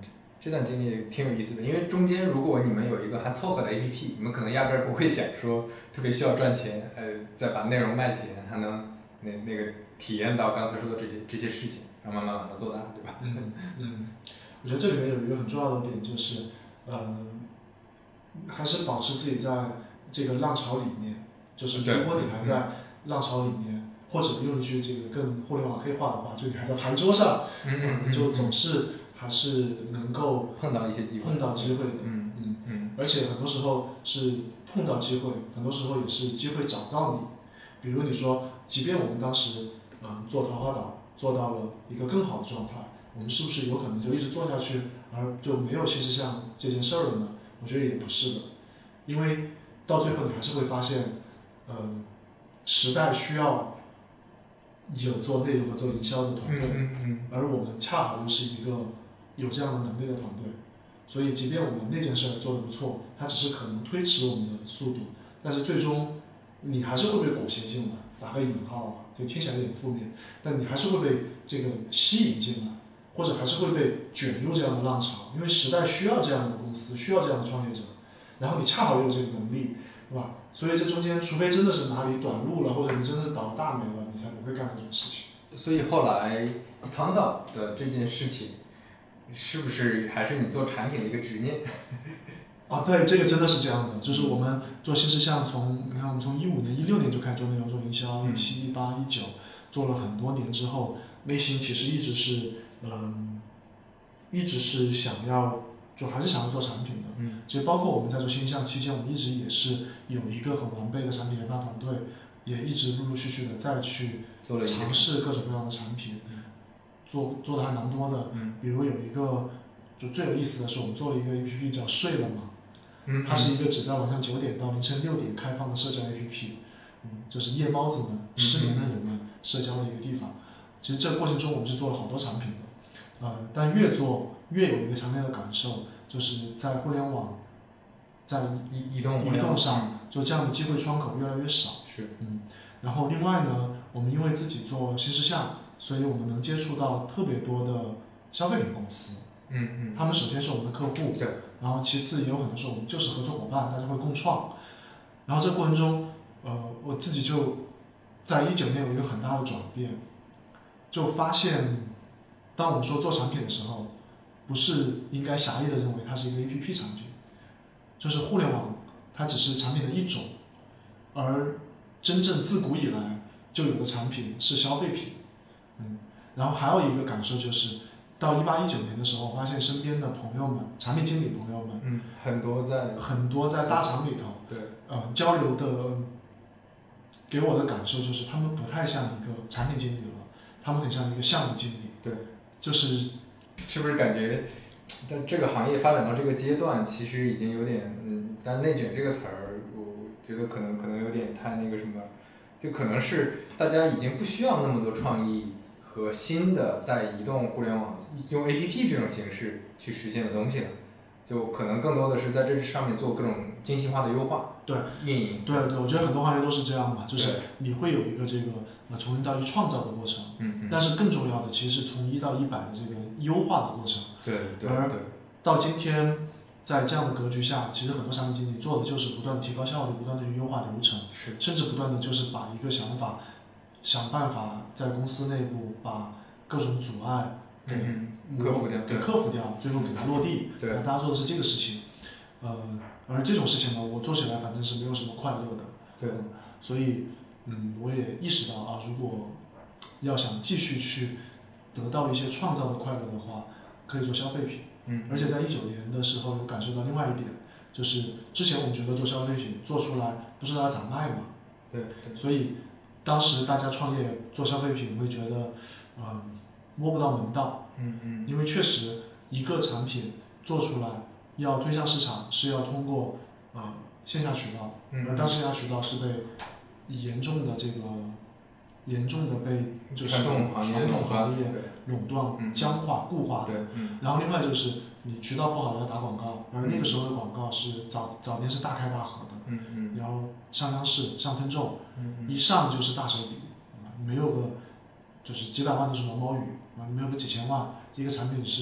这段经历挺有意思的，因为中间如果你们有一个还凑合的 A P P， 你们可能压根儿不会想说特别需要赚钱，呃，再把内容卖钱，还能那那个体验到刚才说的这些这些事情，然后慢慢把它做大，对吧？ 嗯嗯，我觉得这里面有一个很重要的点就是，呃，还是保持自己在这个浪潮里面，就是如果你还在浪潮里面，或者用一句这个更互联网黑话的话，就你还在牌桌上， 嗯嗯嗯，就总是还是能够碰到一些机会， 碰到机会的， 嗯嗯嗯， 而且很多时候是碰到机会，很多时候也是机会找到你。比如你说，即便我们当时嗯做桃花岛做到了一个更好的状态，我们是不是有可能就一直做下去，而就没有新事项这件事儿了呢？我觉得也不是的，因为到最后你还是会发现，嗯，时代需要有做内容和做营销的团队， 嗯嗯嗯， 而我们恰好又是一个有这样的能力的团队，所以即便我们那件事做得不错，它只是可能推迟我们的速度，但是最终你还是会被裹挟进来，打个引号啊，就听起来有点负面，但你还是会被这个吸引进来，或者还是会被卷入这样的浪潮，因为时代需要这样的公司，需要这样的创业者，然后你恰好有这个能力，对吧？所以这中间，除非真的是哪里短路了，或者你真的倒大霉了，你才不会干这种事情。 所以后来汤岛的这件事情，是不是还是你做产品的一个执念？ 啊，对，这个真的是这样的，就是我们做新事项从，你看我们从一五年、一六年就开始做内容做营销，一七、一八、一九，做了很多年之后，内心其实一直是，嗯，一直是想要，就还是想要做产品的。 嗯， 其实包括我们在做新事项期间，我们一直也是有一个很完备的产品研发团队，也一直陆陆续续的再去尝试各种各样的产品，做做的还蛮多的。 嗯， 比如有一个，就最有意思的是，我们做了一个 A P P 叫睡了吗？ 嗯， 它是一个只在晚上九点到凌晨六点开放的社交 A P P， 嗯，就是夜猫子们、失眠的人们社交的一个地方。其实这个过程中我们是做了好多产品的，呃，但越做越有一个强烈的感受，就是在互联网，在移移动移动上，就这样的机会窗口越来越少。 是， 嗯，然后另外呢，我们因为自己做新事项，所以我们能接触到特别多的消费品公司。 嗯嗯， 他们首先是我们的客户， 对， 然后其次也有很多是我们就是合作伙伴，大家会共创。然后这个过程中，呃，我自己就在一九年有一个很大的转变，就发现，当我们说做产品的时候，不是应该狭义的认为它是一个 A P P 产品，就是互联网它只是产品的一种，而真正自古以来就有的产品是消费品。嗯，然后还有一个感受就是。到一八一九年的时候，我发现身边的朋友们，产品经理朋友们， 嗯，很多在很多在大厂里头， 对， 呃，交流的，给我的感受就是他们不太像一个产品经理了，他们很像一个项目经理。 对， 就是， 是不是感觉，在这个行业发展到这个阶段，其实已经有点，嗯，但内卷这个词儿，我觉得可能可能有点太那个什么，就可能是大家已经不需要那么多创意。和新的在移动互联网用 A P P 这种形式去实现的东西了，就可能更多的是在这上面做各种精细化的优化。 对， 运营。 对对，我觉得很多行业都是这样嘛，就是你会有一个这个呃从零到一创造的过程， 嗯嗯。 但是更重要的其实是从一到一百的这个优化的过程。 对对对。 而到今天，在这样的格局下，其实很多产品经理做的就是不断的提高效率，不断的去优化流程， 是， 甚至不断的就是把一个想法。想办法在公司内部把各种阻碍给、 嗯、克服掉， 给克服掉，最后给它落地。 对， 大家做的是这个事情，呃，而这种事情呢，我做起来反正是没有什么快乐的。 对， 嗯、所以，嗯，我也意识到啊，如果要想继续去得到一些创造的快乐的话，可以做消费品。 嗯， 而且在一九年的时候，有感受到另外一点，就是之前我们觉得做消费品做出来不知道咋卖嘛。 对对。 所以。当时大家创业做消费品会觉得，呃，摸不到门道， 嗯嗯， 因为确实一个产品做出来要推向市场是要通过呃线下渠道， 嗯、 而当时线下渠道是被严重的这个严重的被就是传统行业垄断、 嗯、 僵化、固化的， 对，嗯， 然后另外就是你渠道不好了要打广告，而那个时候的广告是早早年是大开大合的， 嗯嗯， 然后上央视、上分众。 嗯、 一上就是大手笔，没有个就是几百万都是毛毛雨，没有个几千万，一个产品是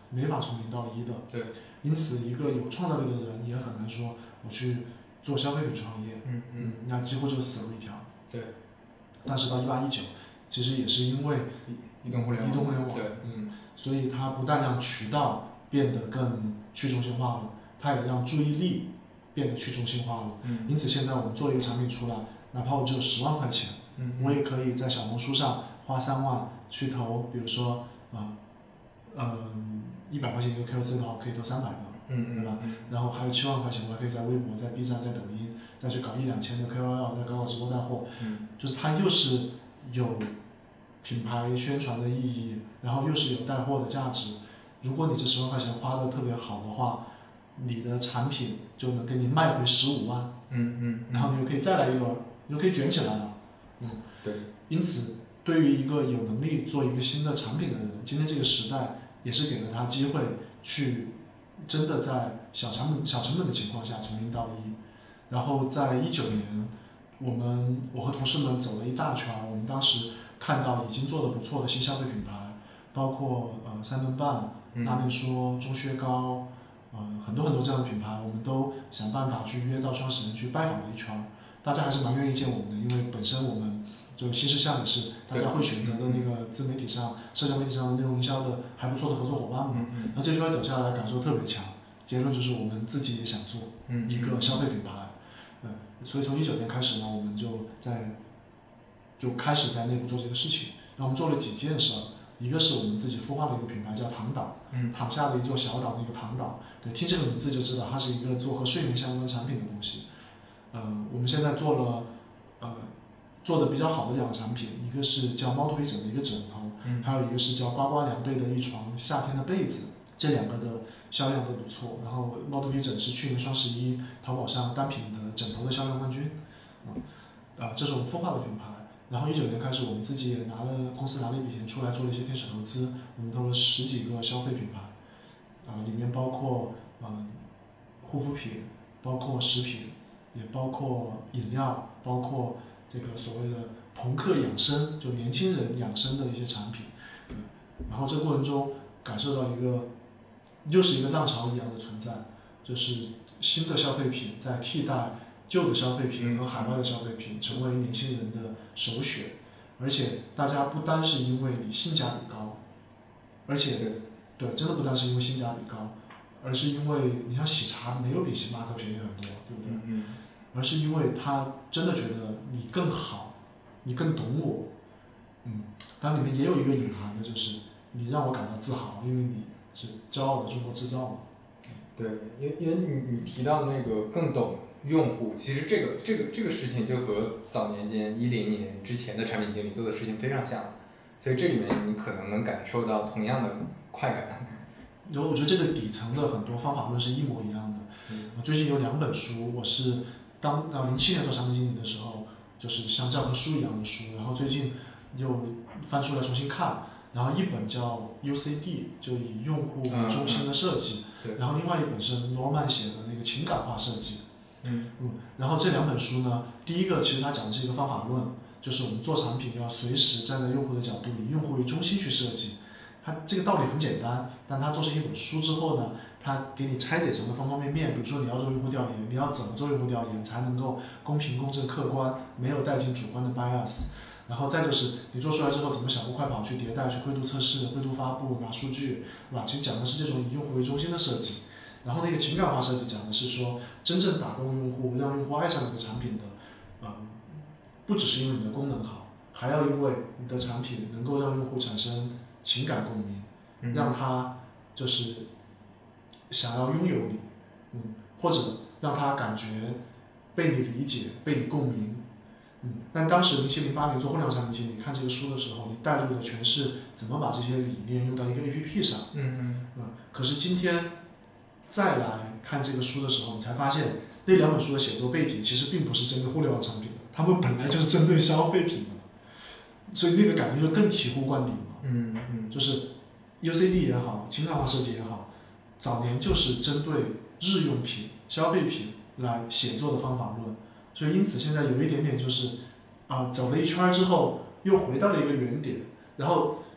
没法从零到一的。 对。 因此，一个有创造力的人也很难说我去做消费品创业。 嗯嗯， 那几乎就死路一条。 对。 但是到一八一九，其实也是因为移动互联网。 移动互联网。 对。嗯。 所以它不但让渠道变得更去中心化了，它也让注意力变得去中心化了。 嗯。 因此，现在我们做一个产品出来，哪怕我只有十万块钱， 嗯， 我也可以在小红书上花三万去投，比如说，呃，呃，一百块钱一个 K O C 的话，可以投三百个， 嗯对吧？ 嗯。 然后还有七万块钱，我还可以在微博、在 B 站、在抖音再去搞一两千的 K O L， 再搞搞直播带货。 嗯。 就是它又是有品牌宣传的意义，然后又是有带货的价值。如果你这十万块钱花的特别好的话，你的产品就能给你卖回十五万。 嗯嗯。 然后你又可以再来一轮，你就可以卷起来了。嗯， 对。 因此，对于一个有能力做一个新的产品的人，今天这个时代也是给了他机会去真的在小成本、小成本的情况下从零到一。然后在一九年，我们我和同事们走了一大圈，我们当时看到已经做得不错的新消费品牌，包括呃三顿半、拉面说、钟薛高，呃很多很多这样的品牌，我们都想办法去约到创始人去拜访了一圈，大家还是蛮愿意见我们的，因为本身我们就新事项也是大家会选择的那个自媒体上、社交媒体上的内容营销的还不错的合作伙伴嘛。然后这圈走下来感受特别强，结论就是我们自己也想做一个消费品牌。呃，所以从一九年开始呢，我们就在就开始在内部做这个事情。然后我们做了几件事，一个是我们自己孵化的一个品牌叫躺岛， 嗯， 躺下的一座小岛，那个躺岛，对，听这个名字就知道它是一个做和睡眠相关产品的东西。呃，我们现在做了呃做的比较好的两个产品，一个是叫猫头鹰枕的一个枕头， 嗯， 还有一个是叫呱呱凉被的一床夏天的被子。这两个的销量都不错，然后猫头鹰枕是去年双十一淘宝上单品的枕头的销量冠军，啊、呃，这是我们孵化的品牌。然后一九年开始，我们自己也拿了公司拿了一笔钱出来做了一些天使投资，我们投了十几个消费品牌，啊、呃，里面包括嗯、呃、护肤品，包括食品，也包括饮料，包括这个所谓的朋克养生，就年轻人养生的一些产品。嗯，然后这过程中感受到一个。又是一个浪潮一样的存在，就是新的消费品在替代旧的消费品和海外的消费品，成为年轻人的首选。而且大家不单是因为你性价比高，而且对，真的不单是因为性价比高，而是因为你像喜茶没有比星巴克便宜很多，对不对？ 嗯嗯。 而是因为他真的觉得你更好，你更懂我。嗯，当然里面也有一个隐含的，就是你让我感到自豪，因为你。是骄傲的中国制造嘛？ 对，因因为你你提到那个更懂用户，其实这个这个这个事情就和早年间一零年之前的产品经理做的事情非常像，所以这里面你可能能感受到同样的快感。 然后我觉得这个底层的很多方法论是一模一样的。 嗯， 我最近有两本书，我是当到零七年做产品经理的时候，就是像教科书一样的书，然后最近又翻出来重新看。然后一本叫 U C D， 就以用户为中心的设计， 嗯嗯、 然后另外一本是诺曼写的那个情感化设计。 嗯嗯，然后这两本书呢，第一个其实它讲的是一个方法论，就是我们做产品要随时站在用户的角度，以用户为中心去设计。它这个道理很简单，但它做成一本书之后呢，它给你拆解成了方方面面。比如说你要做用户调研，你要怎么做用户调研才能够公平、公正、客观，没有带进主观的 bias。然后再就是你做出来之后怎么小步快跑去迭代、去灰度测试、灰度发布、拿数据，对吧？其实讲的是这种以用户为中心的设计。然后那个情感化设计讲的是说，真正打动用户、让用户爱上你的产品的，嗯，不只是因为你的功能好，还要因为你的产品能够让用户产生情感共鸣， 嗯、 让他就是想要拥有你，嗯，或者让他感觉被你理解、被你共鸣。嗯，但当时零七零八年做互联网产品经理，看这个书的时候，你带入的全是怎么把这些理念用到一个 A P P 上。 嗯嗯。 嗯，可是今天再来看这个书的时候，你才发现那两本书的写作背景其实并不是针对互联网产品的，他们本来就是针对消费品的，所以那个感觉就更醍醐灌顶了。 嗯嗯。 就是 U C D 也好，情感化设计也好，早年就是针对日用品、消费品来写作的方法论。所以因此现在有一点点就是，啊、呃，走了一圈之后又回到了一个原点，然后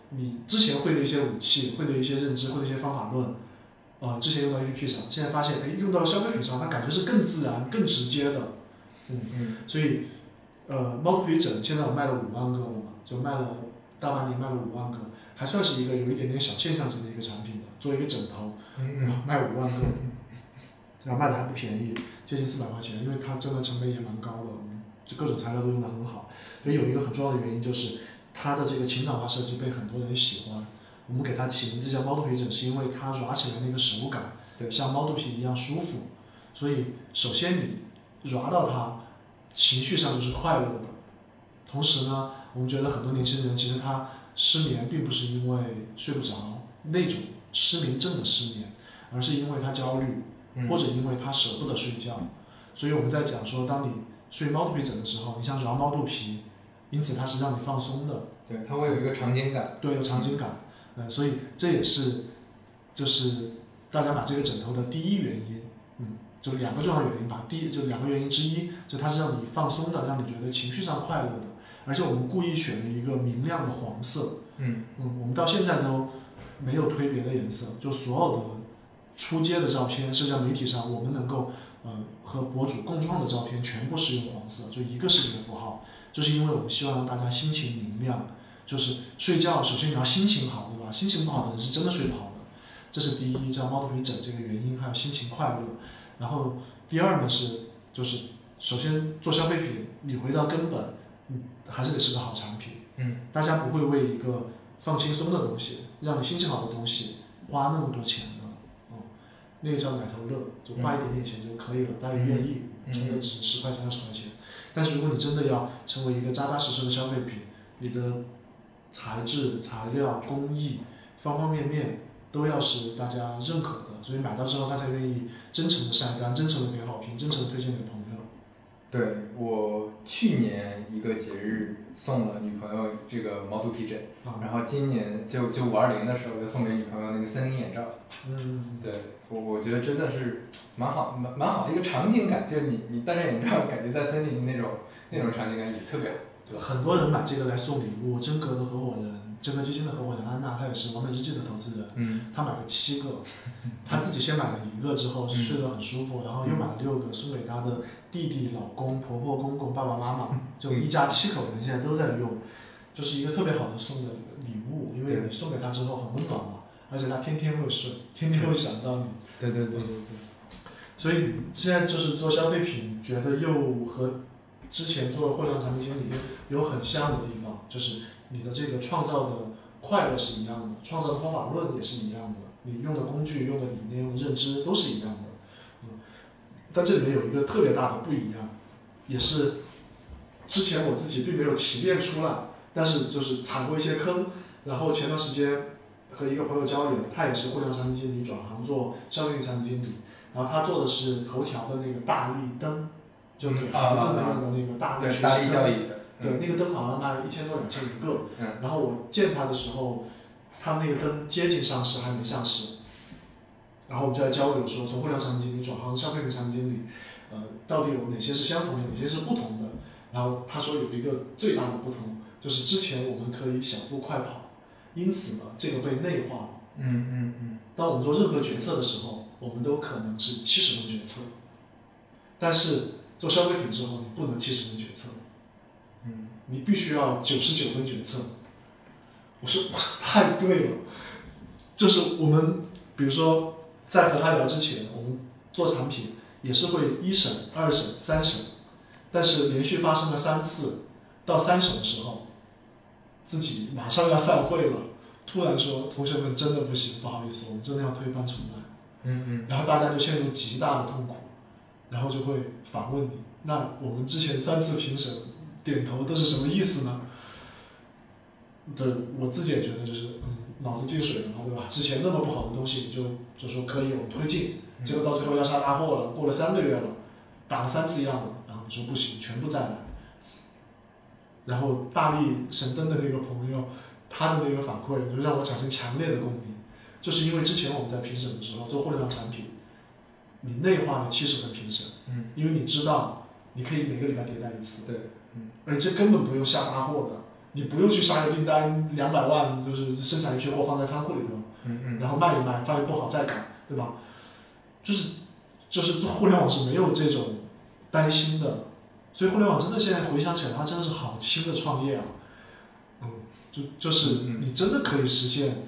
你之前会的一些武器、会的一些认知、会的一些方法论，呃，之前用到 A P P 上，现在发现，哎，用到消费品上，它感觉是更自然、更直接的。嗯嗯， 所以，呃，猫头皮枕现在我卖了五万个了嘛，就卖了大半年卖了五万个，还算是一个有一点点小现象级的一个产品的，做一个枕头， 嗯然后卖五万个，然后卖的还不便宜，接近四百块钱，因为它真的成本也蛮高的，就各种材料都用的很好。所以有一个很重要的原因就是它的这个情感化设计被很多人喜欢。我们给它起名字叫猫头皮枕，是因为它抓起来那个手感， 对， 像猫肚皮一样舒服。所以首先你抓到它，情绪上就是快乐的。同时呢，我们觉得很多年轻人其实他失眠并不是因为睡不着那种失眠症的失眠，而是因为他焦虑，或者因为他舍不得睡觉。所以我们在讲说，当你睡猫肚皮枕的时候，你想抓猫肚皮，因此它是让你放松的。 对，它会有一个场景感。 对，有场景感。呃，所以这也是就是大家买这个枕头的第一原因。嗯，就两个重要原因吧。第一就两个原因之一，就它是让你放松的，让你觉得情绪上快乐的。而且我们故意选了一个明亮的黄色。 嗯嗯，我们到现在都没有推别的颜色，就所有的出街的照片，社交媒体上我们能够呃和博主共创的照片，全部是用黄色，就一个视觉符号，就是因为我们希望让大家心情明亮。就是睡觉，首先你要心情好，对吧？心情不好的人是真的睡不好的，这是第一，叫猫头皮枕这个原因，还有心情快乐。然后第二呢是，就是首先做消费品，你回到根本，嗯，还是得是个好产品。 嗯， 大家不会为一个放轻松的东西，让你心情好的东西花那么多钱的。哦，那个叫奶头乐，就花一点点钱就可以了，大家愿意充的值十块钱二十块钱。但是如果你真的要成为一个扎扎实实的消费品，你的材质、材料、工艺，方方面面都要是大家认可的，所以买到之后他才愿意真诚的晒单、真诚的给好评、真诚的推荐给朋友。 对，我去年一个节日送了女朋友这个毛肚皮枕， 啊、 然后今年就就五二零的时候又送给女朋友那个森林眼罩。 嗯， 对，我我觉得真的是蛮好蛮蛮好的一个场景感，就你你戴上眼罩，感觉在森林那种那种场景感也特别好。 很多人买这个来送礼物，真格的合伙人，真格基金的合伙人安娜，她也是完美日记的投资人， 嗯， 她买了七个，她自己先买了一个之后睡得很舒服，然后又买了六个送给她的弟弟、老公、婆婆、公公、爸爸妈妈，就一家七口人现在都在用，就是一个特别好的送的礼物，因为你送给她之后很温暖嘛，而且她天天会睡，天天会想到你。 对对对对对。所以现在就是做消费品，觉得又和之前做互联网产品经理有很像的地方，就是你的这个创造的快乐是一样的，创造的方法论也是一样的，你用的工具、用的理念、用的认知都是一样的。嗯，但这里面有一个特别大的不一样，也是之前我自己并没有提炼出来，但是就是踩过一些坑。然后前段时间和一个朋友交流，他也是互联网产品经理转行做消费品产品经理，然后他做的是头条的那个大力灯。就给孩子们用的那个大力学习灯， 大力教育的， 对，那个灯好像卖一千多两千一个。 嗯， 然后我见他的时候，他那个灯接近上市还没上市，然后我们就在交流说，从互联网产品经理转行消费品产品经理，呃，到底有哪些是相同的，哪些是不同的？然后他说有一个最大的不同，就是之前我们可以小步快跑，因此呢，这个被内化了。 嗯嗯嗯。 当我们做任何决策的时候，我们都可能是七十分决策，但是做消费品之后，你不能七十分决策， 嗯， 你必须要九十九分决策。我说哇，太对了，就是我们比如说在和他聊之前，我们做产品也是会一审、二审、三审，但是连续发生了三次，到三审的时候，自己马上要散会了，突然说同学们真的不行，不好意思，我们真的要推翻重来。 嗯嗯， 然后大家就陷入极大的痛苦。然后就会反问你，那我们之前三次评审点头都是什么意思呢？对，我自己也觉得就是，嗯，脑子进水了嘛，对吧？之前那么不好的东西，就就说可以我们推进，结果到最后要杀大货了，过了三个月了，打了三次样了，然后你说不行，全部再来。然后大力神灯的那个朋友，他的那个反馈就让我产生强烈的共鸣，就是因为之前我们在评审的时候做互联网产品。你内化了七十分评审， 嗯， 因为你知道你可以每个礼拜迭代一次， 对，嗯， 而且根本不用下大货的， 你不用去杀个订单两百万，就是生产一批货放在仓库里头， 嗯嗯， 然后卖一卖，发现不好再改，对吧？就是就是做互联网是没有这种担心的，所以互联网真的现在回想起来，它真的是好轻的创业啊。嗯，就就是你真的可以实现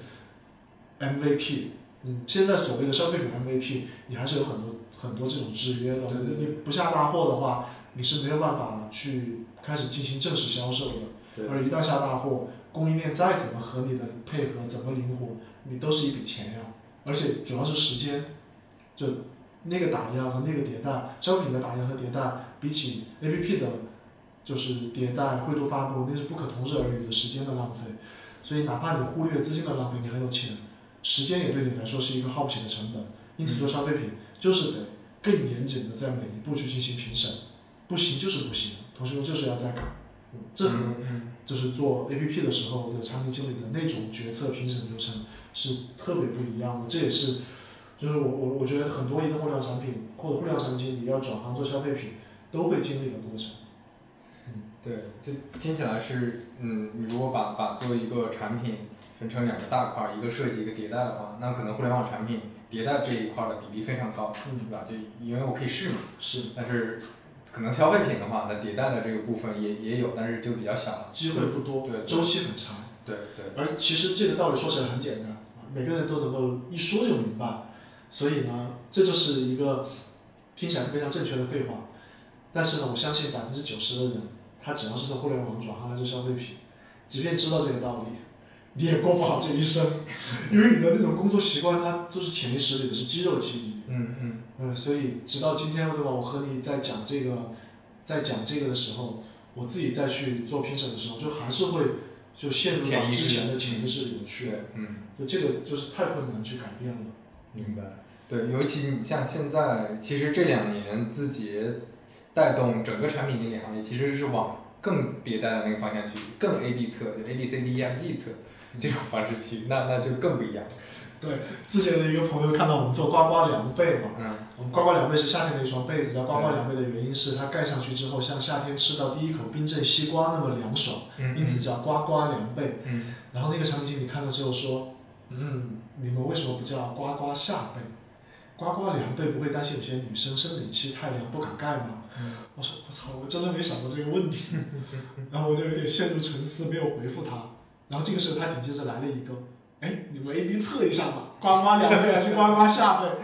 M V P。嗯，现在所谓的消费品 M V P， 你还是有很多很多这种制约的。 对对对， 你不下大货的话，你是没有办法去开始进行正式销售的。 对， 而一旦下大货，供应链再怎么和你的配合，怎么灵活，你都是一笔钱呀。而且主要是时间，就那个打样和那个迭代，消费品的打样和迭代，比起 A P P 的，就是迭代、灰度发布，那是不可同日而语的时间的浪费。所以哪怕你忽略资金的浪费，你很有钱，时间也对你来说是一个耗不起的成本。因此做消费品就是得更严谨的在每一步去进行评审，不行就是不行，同时就是要再改。嗯，这和就是做 A P P 的时候的产品经理的那种决策评审流程是特别不一样的。这也是，就是我我我觉得很多一个互联网产品或者互联网产品经理要转行做消费品都会经历的过程。 嗯，对，就听起来是，嗯，你如果把把做一个产品分成两个大块，一个设计一个迭代的话，那可能互联网产品迭代这一块的比例非常高， 嗯， 对吧？就因为我可以试嘛。 是。 但是可能消费品的话，它迭代的这个部分也也有，但是就比较小， 机会不多， 对， 周期很长。 对对。 而其实这个道理说起来很简单，每个人都能够一说就明白。所以呢，这就是一个听起来非常正确的废话。但是呢，我相信百分之九十的人，他只要是从互联网转行来做消费品，即便知道这个道理，你也过不好这一生，因为你的那种工作习惯，它就是潜意识里的是肌肉记忆。 嗯嗯。 嗯，所以直到今天，对吧？我和你在讲这个，在讲这个的时候，我自己再去做评审的时候，就还是会就陷入到之前的潜意识里面去。 嗯。 就这个就是太困难去改变了。 明白。对，尤其你像现在，其实这两年字节带动整个产品经理行业，其实是往更迭代的那个方向去，更 A B 测，就 A B C D E F G 测这种方式去，那那就更不一样。 对，之前的一个朋友看到我们做呱呱凉被嘛， 嗯， 我们呱呱凉被是夏天的一床被子，叫呱呱凉被的原因是它盖上去之后，像夏天吃到第一口冰镇西瓜那么凉爽， 嗯， 因此叫呱呱凉被。 嗯， 然后那个产品经理看了之后说，嗯，你们为什么不叫呱呱夏被？呱呱凉被不会担心有些女生生理期太凉不敢盖吗？ 嗯， 我说我操，我真的没想过这个问题，然后我就有点陷入沉思，没有回复他。然后这个时候他紧接着来了一个。哎，你们 A B 测一下嘛，呱呱凉被还是呱呱夏被？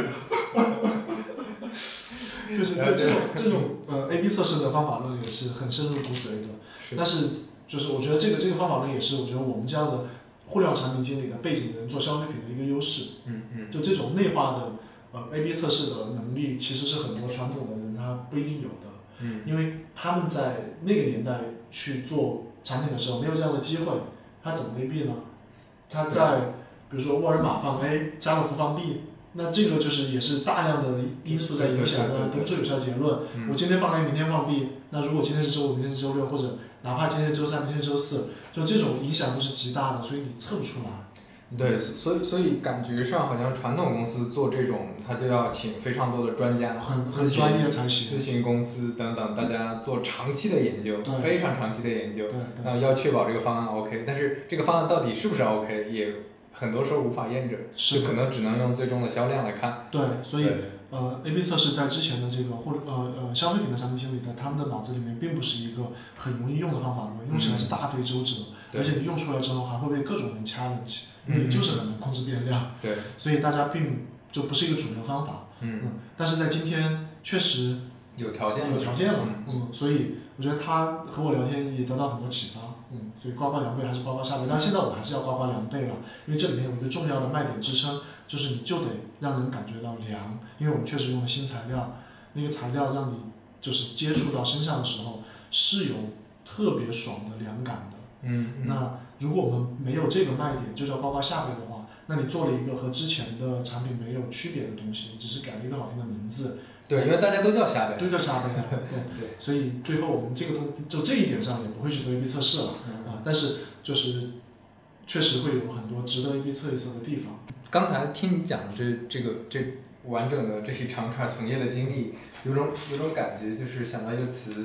就是对这种这种呃 A B 测试的方法论也是很深入骨髓的。但是就是我觉得这个这个方法论也是我觉得我们这样的互联网产品经理的背景的人做消费品的一个优势。 嗯嗯。 就这种内化的呃 A B 测试的能力，其实是很多传统的人他不一定有的。 嗯。 因为他们在那个年代去做产品的时候没有这样的机会，他怎么 A B 呢？他在比如说沃尔玛放 A， 家乐福放 B， 那这个就是也是大量的因素在影响的，得不出有效结论。我今天放 A， 明天放 B， 那如果今天是周五，明天是周六，或者哪怕今天是周三，明天是周四，就这种影响都是极大的，所以你测不出来。 对，所以所以感觉上好像传统公司做这种，他就要请非常多的专家， 很很专业才行， 咨询公司等等，大家做长期的研究，非常长期的研究，那要确保这个方案 OK， 但是这个方案到底是不是 OK， 也很多时候无法验证， 是可能只能用最终的销量来看。 对，所以呃 A B 测试在之前的这个或呃呃消费品的产品经理的他们的脑子里面并不是一个很容易用的方法论，用起来是大费周折， 嗯、 而且你用出来之后还会被各种人 challenge。因为就是很难控制变量， 对， 所以大家并就不是一个主流方法， 嗯嗯，但是在今天确实有条件有条件了， 嗯， 嗯，所以我觉得他和我聊天也得到很多启发，嗯，所以呱呱凉被还是呱呱夏被，但现在我还是要呱呱凉被了，因为这里面有一个重要的卖点支撑，就是你就得让人感觉到凉，因为我们确实用了新材料，那个材料让你就是接触到身上的时候是有特别爽的凉感的， 嗯，嗯那。如果我们没有这个卖点，就叫呱呱夏被的话，那你做了一个和之前的产品没有区别的东西，只是改了一个好听的名字。 对，因为大家都叫夏被。 都叫夏被啊，对对。所以最后我们这个东就这一点上也不会去做 A B 测试了、嗯、啊，但是就是确实会有很多值得 A B 测一测的地方。 刚才听你讲这这个这完整的这一长串从业的经历，有种有种感觉，就是想到一个词，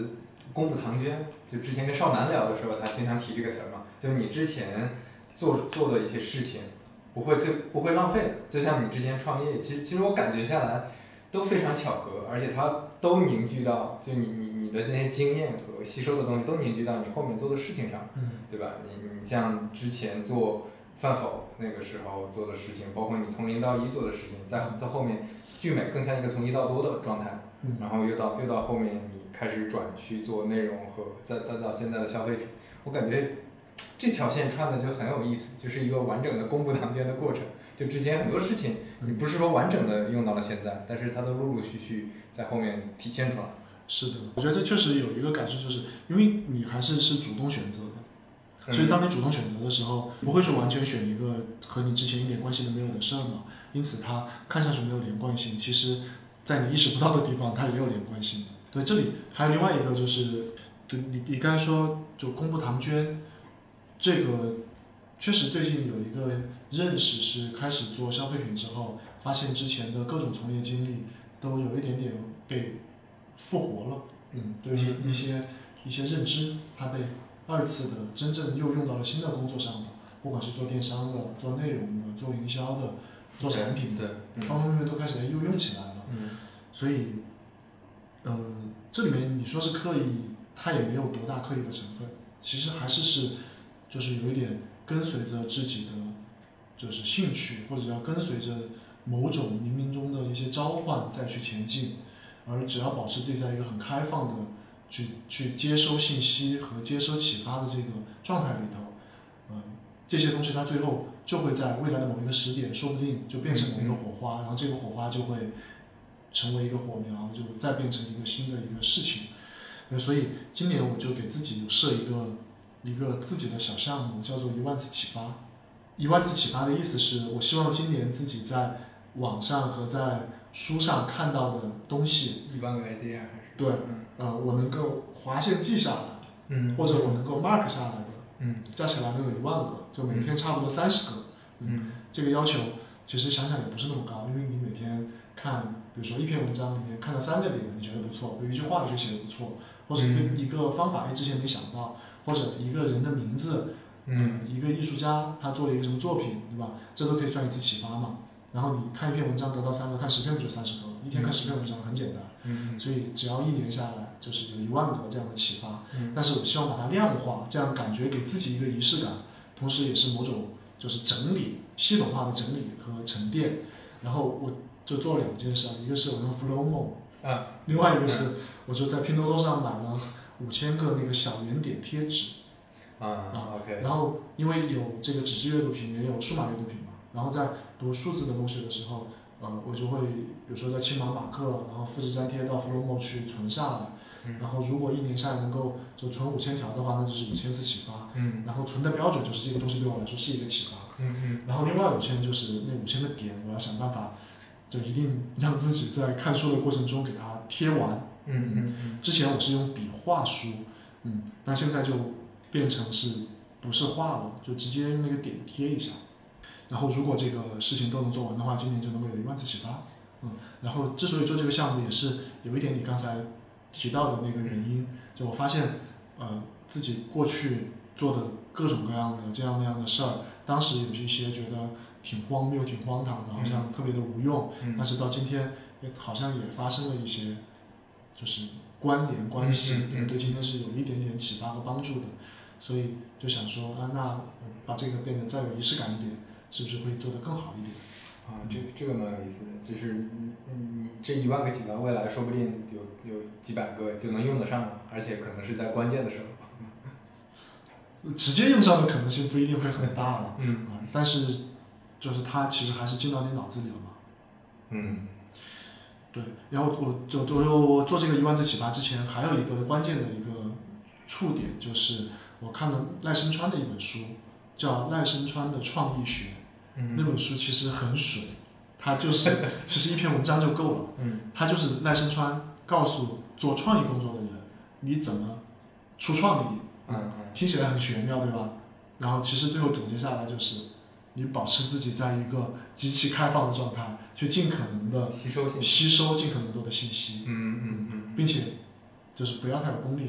功不唐捐，就之前跟少南聊的时候，他经常提这个词儿嘛，就是你之前做做的一些事情不会特不会浪费的，就像你之前创业，其实其实我感觉下来都非常巧合，而且它都凝聚到就你你你的那些经验和吸收的东西都凝聚到你后面做的事情上， 嗯， 对吧？你你像之前做饭否那个时候做的事情，包括你从零到一做的事情，在在后面聚美更像一个从一到多的状态， 嗯， 然后又到又到后面你开始转去做内容和再再到现在的消费品，我感觉这条线串的就很有意思，就是一个完整的功不唐捐的过程。就之前很多事情，你不是说完整的用到了现在，但是它都陆陆续续在后面体现出来。 是的，我觉得这确实有一个感受，就是因为你还是是主动选择的，所以当你主动选择的时候，不会说完全选一个和你之前一点关系都没有的事儿嘛，因此它看上去没有连贯性，其实在你意识不到的地方，它也有连贯性的。对，这里还有另外一个就是，对你你刚才说就功不唐捐，这个确实最近有一个认识是开始做消费品之后，发现之前的各种从业经历都有一点点被复活了，嗯，对一些一些一些认知，它被二次的真正又用到了新的工作上的，不管是做电商的、做内容的、做营销的、做产品的， 对，嗯、 方方面面都开始又用起来了。 嗯， 所以，呃，这里面你说是刻意，它也没有多大刻意的成分，其实还是是，就是有一点跟随着自己的，就是兴趣，或者要跟随着某种冥冥中的一些召唤再去前进，而只要保持自己在一个很开放的去去接收信息和接收启发的这个状态里头，呃，这些东西它最后就会在未来的某一个时点，说不定就变成某一个火花，然后这个火花就会成为一个火苗，就再变成一个新的一个事情。所以今年我就给自己设一个一个自己的小项目，叫做一万次启发。一万次启发的意思是我希望今年自己在网上和在书上看到的东西， 一万个 idea 还是对，呃，我能够划线记下来， 嗯， 或者我能够 mark 下来的， 嗯， 加起来能有一万个，就每天差不多三十个， 嗯， 这个要求其实想想也不是那么高，因为你每天看，比如说一篇文章里面看到三个点，你觉得不错，有一句话你就写得不错，或者一个、嗯、一个方法，哎，之前没想到，或者一个人的名字， 嗯， 一个艺术家他做了一个什么作品，对吧？这都可以算一次启发嘛。然后你看一篇文章得到三个，看十篇不就三十个了？一天看十篇文章很简单， 嗯， 所以只要一年下来就是有一万个这样的启发。 嗯， 但是我希望把它量化，这样感觉给自己一个仪式感，同时也是某种就是整理、系统化的整理和沉淀。然后我就做了两件事，一个是我用 Flowmo， 啊， 另外一个是我就在拼多多上买了五千个那个小圆点贴纸。 啊啊 ，OK。 然后因为有这个纸质阅读品，也有数码阅读品嘛，然后在读数字的东西的时候，呃，我就会比如说在青芒马克，然后复制粘贴到 Flowmo 去存下来。嗯、然后如果一年下来能够就存五千条的话，那就是五千次启发。 嗯。然后存的标准就是这个东西对我来说是一个启发。 嗯嗯。 然后另外五千就是那五千个点，我要想办法，就一定让自己在看书的过程中给它贴完。 嗯嗯嗯。 之前我是用笔画书，嗯，但现在就变成是不是画了，就直接用那个点贴一下。然后如果这个事情都能做完的话，今年就能够有一万次启发。嗯，然后之所以做这个项目，也是有一点你刚才提到的那个原因，就我发现，呃，自己过去做的各种各样的这样那样的事儿，当时有一些觉得挺荒谬、挺荒唐的，好像特别的无用， 嗯、 但是到今天，好像也发生了一些，就是关联关系， 嗯嗯、 对今天是有一点点启发和帮助的，所以就想说啊，那把这个变得再有仪式感一点，是不是会做得更好一点？ 啊，这这个蛮有意思的，就是你这一万个启发，未来说不定有有几百个就能用得上了，而且可能是在关键的时候。 直接用上的可能性不一定会很大了， 嗯、 啊，但是就是它其实还是进到你脑子里了嘛。 嗯， 对。然后我就我我做这个一万次启发之前，还有一个关键的一个触点，就是我看了赖声川的一本书，叫《赖声川的创意学》。 嗯、 那本书其实很水，它就是其实一篇文章就够了。 嗯， 它就是赖声川告诉做创意工作的人，你怎么出创意。 嗯， 听起来很玄妙，对吧？然后其实最后总结下来就是，你保持自己在一个极其开放的状态，去尽可能的吸收信息， 吸收尽可能多的信息。 嗯嗯嗯， 并且就是不要太有功利性。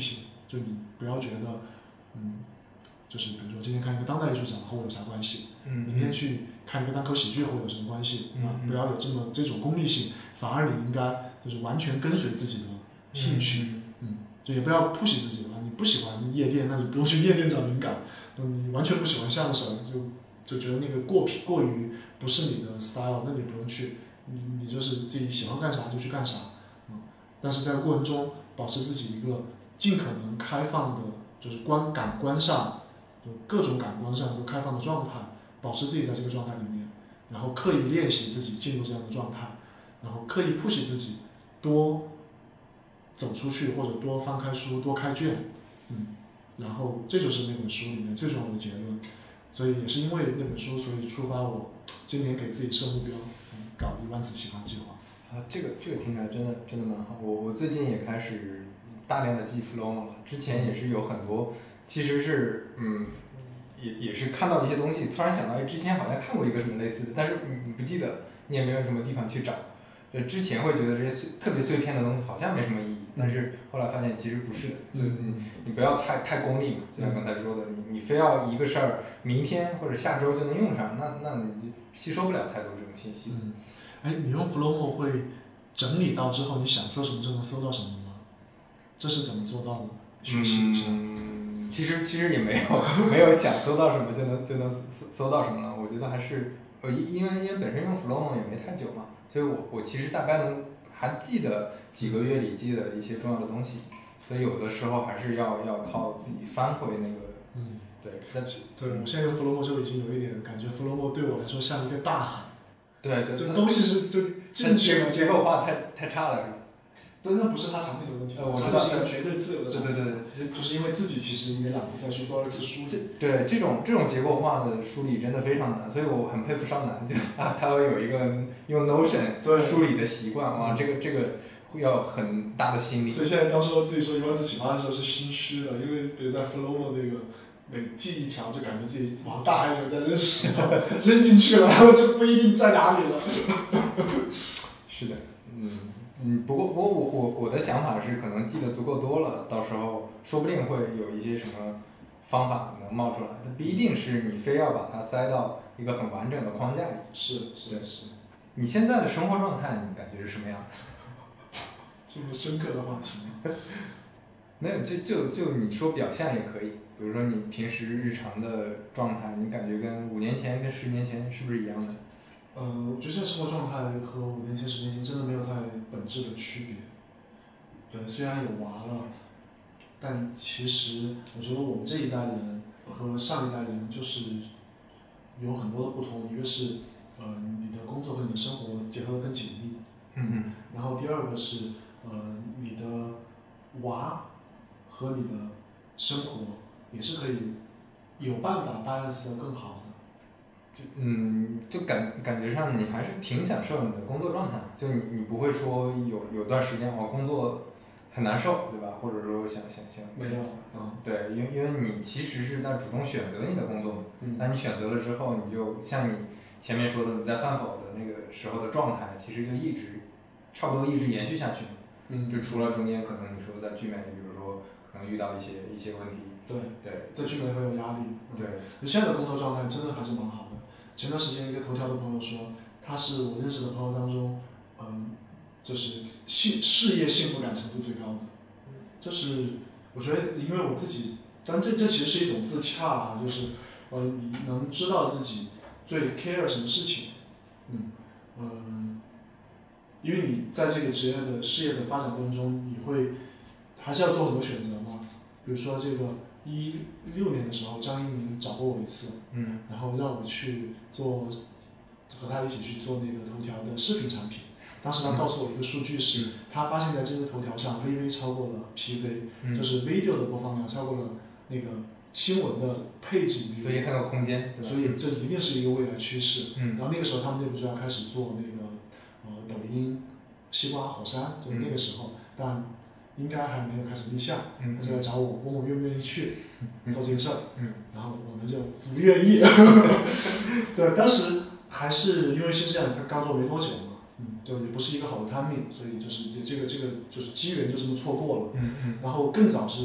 就你不要觉得，嗯，就是比如说今天看一个当代艺术展和我有啥关系， 嗯， 明天去看一个单口喜剧和我有什么关系， 嗯、 啊，不要有这么这种功利性，反而你应该就是完全跟随自己的兴趣， 嗯， 嗯，就也不要 push 自己吧，你不喜欢夜店，那你不用去夜店找灵感，你完全不喜欢相声，就就觉得那个过品过于不是你的 style， 那你不用去，你你就是自己喜欢干啥就去干啥，嗯，但是在过程中保持自己一个尽可能开放的，就是观感官上，就各种感官上都开放的状态，保持自己在这个状态里面，然后刻意练习自己进入这样的状态，然后刻意 push 自己多走出去或者多翻开书多开卷，嗯，然后这就是那本书里面最重要的结论。所以也是因为那本书，所以触发我今年给自己设目标，嗯，搞一万次企划计划。 啊，这个这个听起来真的真的蛮好。我我最近也开始大量的记 flow 了，之前也是有很多，其实是嗯，也也是看到一些东西，突然想到，之前好像看过一个什么类似的，但是你不记得，你也没有什么地方去找。就之前会觉得这些碎特别碎片的东西好像没什么意义，但是后来发现其实不是的，就你你不要太太功利嘛，就像刚才说的，你你非要一个事儿明天或者下周就能用上，那那你就吸收不了太多这种信息。 嗯，哎，你用 Flomo 会整理到之后，你想搜什么就能搜到什么吗？这是怎么做到的？学习一下。 嗯，其实其实也没有没有想搜到什么就能就能搜搜到什么了，我觉得还是呃因为因为本身用 Flomo 也没太久嘛。所以我我其实大概能还记得几个月里记的一些重要的东西，所以有的时候还是要要靠自己翻回那个， 嗯， 对，但对我现在用 Flomo 就已经有一点感觉 Flomo 对我来说像一个大海， 对对， 这东西是就进去了， 结构化太太差了是吧？ 但那不是他产品的问题， 呃，我知道是一个绝对自由的产品。 对对对， 就是因为自己其实也懒得再去做二次梳理。 这对这种这种结构化的梳理真的非常难，所以我很佩服少南，就他他会有一个用 Notion 梳理的习惯，哇，这个这个会要很大的心力。 所以现在当时我自己说一万次启发的时候是心虚的，因为比如在 Flomo 那个每记一条就感觉自己往大海里面在扔石头，扔进去了，然后就不一定在哪里了。 是的，嗯。嗯，不过不过我我我的想法是，可能记得足够多了，到时候说不定会有一些什么方法能冒出来，它不一定是你非要把它塞到一个很完整的框架里。 是是是。 你现在的生活状态，你感觉是什么样的？ 这么深刻的话题吗？ 没有，就就就你说表象也可以，比如说你平时日常的状态，你感觉跟五年前跟十年前是不是一样的？ 呃，我觉得现在生活状态和五年前、十年前真的没有太本质的区别。对，虽然有娃了，但其实我觉得我们这一代人和上一代人就是有很多的不同。一个是，呃，你的工作和你的生活结合得更紧密。 嗯嗯。 然后第二个是，呃，你的娃和你的生活也是可以有办法 balance 得更好的。 就嗯，就感感觉上你还是挺享受你的工作状态，就你你不会说有有段时间我工作很难受，对吧？或者说想想想没有， 嗯，对，因为因为你其实是在主动选择你的工作嘛， 嗯， 那你选择了之后，你就像你前面说的，你在饭否的那个时候的状态，其实就一直差不多一直延续下去嘛， 嗯， 就除了中间可能你说在聚美，比如说可能遇到一些一些问题， 对对， 在聚美会有压力， 嗯、对， 现在的工作状态真的还是蛮好的。前段时间一个头条的朋友说，他是我认识的朋友当中，嗯，就是幸事业幸福感程度最高的。就是我觉得，因为我自己，但这这其实是一种自洽啊，就是呃，你能知道自己最 care 什么事情，嗯嗯，因为你在这个职业的事业的发展过程中，你会还是要做很多选择嘛，比如说这个。一六年的时候，张一鸣找过我一次， 嗯， 然后让我去做，和他一起去做那个头条的视频产品。当时他告诉我一个数据是，嗯、他发现在今日头条上 V V 超过了 P V，、嗯、就是 video 的播放量超过了那个新闻的配置率， 所以很有空间， 所以这一定是一个未来趋势。 嗯， 然后那个时候他们内部就要开始做那个呃抖音、西瓜、火山，就那个时候，嗯、但。应该还没有开始立项， 嗯、 他就来找我，问我愿不愿意去、嗯、做这个事儿， 嗯、 然后我们就不愿意。对，当时还是因为新视野刚做没多久嘛，嗯，就也不是一个好的 timing，所以就是这个这个就是机缘就这么错过了。 嗯嗯。 然后更早是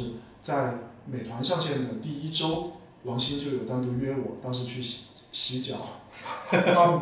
在美团上线的第一周，王兴就有单独约我，当时去洗洗脚，按摩，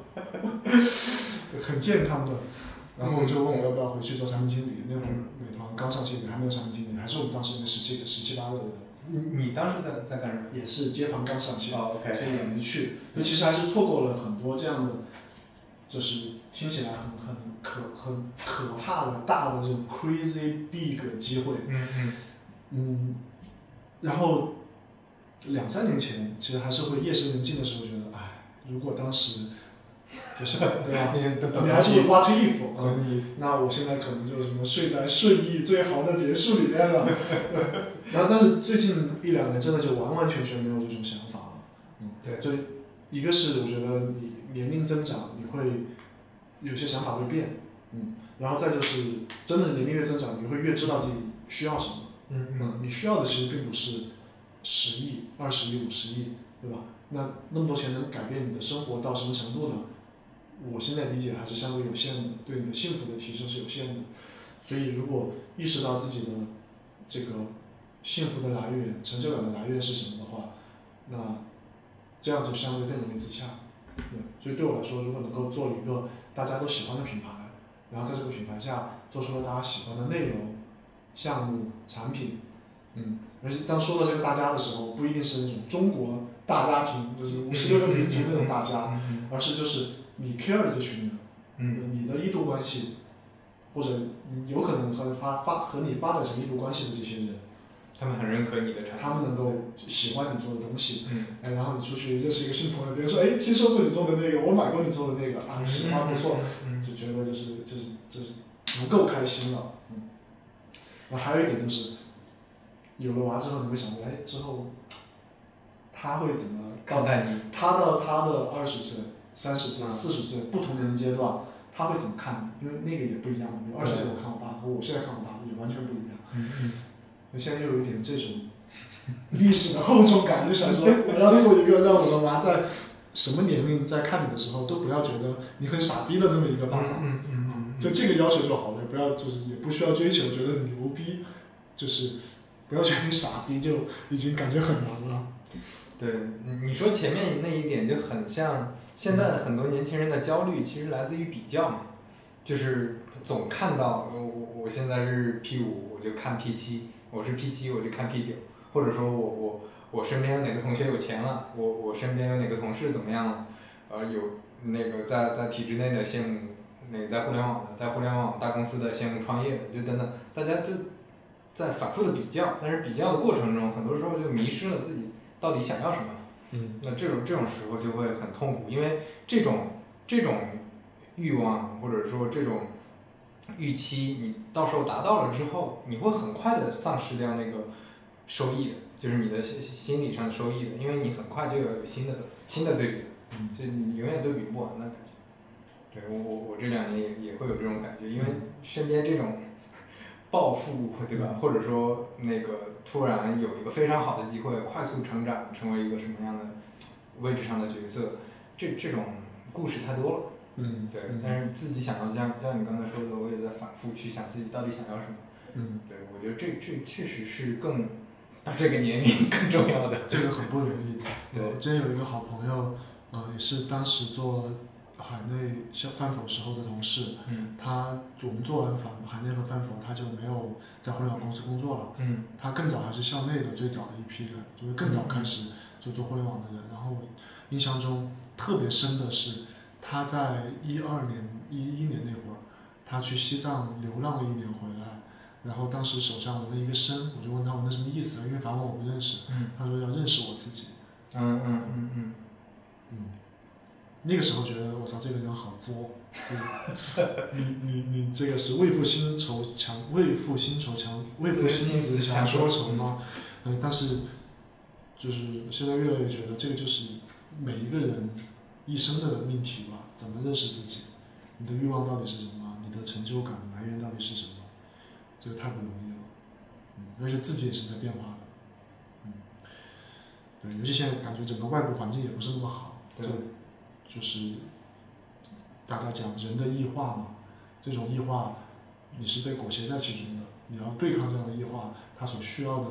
很健康的。然后就问我要不要回去做产品经理。那会儿美团刚上线，还没有产品经理，还是我们当时那十七个、十七八个人。 你你当时在在干什么？ 也是街盘刚上线， 哦 OK， 所以也没去。就其实还是错过了很多这样的，就是听起来很很可很可怕的大的这种 crazy big 机会。 嗯嗯嗯，然后两三年前，其实还是会夜深人静的时候觉得，哎，如果当时就是对吧？你还是会 what if， 嗯，那我现在可能就什么睡在顺义最豪的别墅里面了。然后，但是最近一两年真的就完完全全没有这种想法了。嗯， 对， 就一个是我觉得你年龄增长，你会有些想法会变，嗯，然后再就是真的年龄越增长，你会越知道自己需要什么。 嗯嗯， 你需要的其实并不是十亿、二十亿、五十亿，对吧？那那么多钱能改变你的生活到什么程度呢？我现在理解还是相对有限的，对你的幸福的提升是有限的。所以如果意识到自己的这个幸福的来源、成就感的来源是什么的话，那这样就相对更容易自洽。对，所以对我来说，如果能够做一个大家都喜欢的品牌，然后在这个品牌下做出了大家喜欢的内容、项目、产品，嗯，而且当说到这个大家的时候，不一定是那种中国大家庭，就是五十六个民族那种大家，而是就是你 care 的这群人，嗯，你的异度关系，或者你有可能和发发和你发展成异度关系的这些人， 他们很认可你的产品， 他们能够喜欢你做的东西， 嗯， 哎，然后你出去认识一个新朋友，别人说，哎，听说过你做的那个，我买过你做的那个，啊，喜欢不错， 嗯， 就觉得就是就是就是足够开心了，嗯。然后还有一点就是，有了娃之后，你会想着，哎，之后他会怎么看待你？ 他到他的二十岁、三十岁、四十岁不同年龄阶段，他会怎么看你？因为那个也不一样。比如二十岁我看我爸和我现在看我爸也完全不一样。 嗯嗯。 我现在又有一点这种历史的厚重感，就想说我要做一个让我的娃在什么年龄在看你的时候都不要觉得你很傻逼的那么一个爸爸。 嗯嗯嗯。 就这个要求就好了，不要就是也不需要追求觉得很牛逼，就是不要觉得你傻逼就已经感觉很难了。 对，你说前面那一点就很像现在很多年轻人的焦虑，其实来自于比较嘛，就是总看到我我现在是 P 五，我就看 P 七，我是 P 七我就看 P 九，或者说我我我身边有哪个同学有钱了，我我身边有哪个同事怎么样了，呃有那个在在体制内的羡慕，那个在互联网的，在互联网大公司的羡慕创业的，就等等，大家就在反复的比较，但是比较的过程中，很多时候就迷失了自己到底想要什么。 嗯， 那这种这种时候就会很痛苦，因为这种这种欲望或者说这种预期，你到时候达到了之后，你会很快的丧失掉那个收益的，就是你的心心理上的收益的，因为你很快就有新的新的对比， 嗯， 就你永远对比不完的感觉。对我我我这两年也也会有这种感觉，因为身边这种暴富，对吧？或者说那个突然有一个非常好的机会，快速成长，成为一个什么样的位置上的角色，这这种故事太多了。 嗯， 对。但是自己想要像像你刚才说的，我也在反复去想自己到底想要什么。 嗯， 对，我觉得这这确实是更到这个年龄更重要的。 这个很不容易的。 对， 我之前有一个好朋友，呃，也是当时做海内像饭否时候的同事， 嗯， 他我们做完反海内和饭否，他就没有在互联网公司工作了。 嗯， 他更早还是校内的最早的一批人，就是更早开始就做互联网的人。然后印象中特别深的是，他在一二年、一一年那会儿，他去西藏流浪了一年回来，然后当时手上纹了一个身，我就问他纹的什么意思，因为反正我不认识。 嗯， 他说要认识我自己。 嗯嗯嗯嗯嗯。那个时候觉得我操，这个人好作，你你你这个是为赋新愁强，为赋新愁强，为赋新词强说愁吗？嗯，但是就是现在越来越觉得这个就是每一个人一生的命题吧，怎么认识自己，你的欲望到底是什么，你的成就感来源到底是什么，这个太不容易了，嗯，而且自己也是在变化的，嗯，对，尤其现在感觉整个外部环境也不是那么好， 对。 就是大家讲人的异化嘛，这种异化你是被裹挟在其中的，你要对抗这样的异化，它所需要的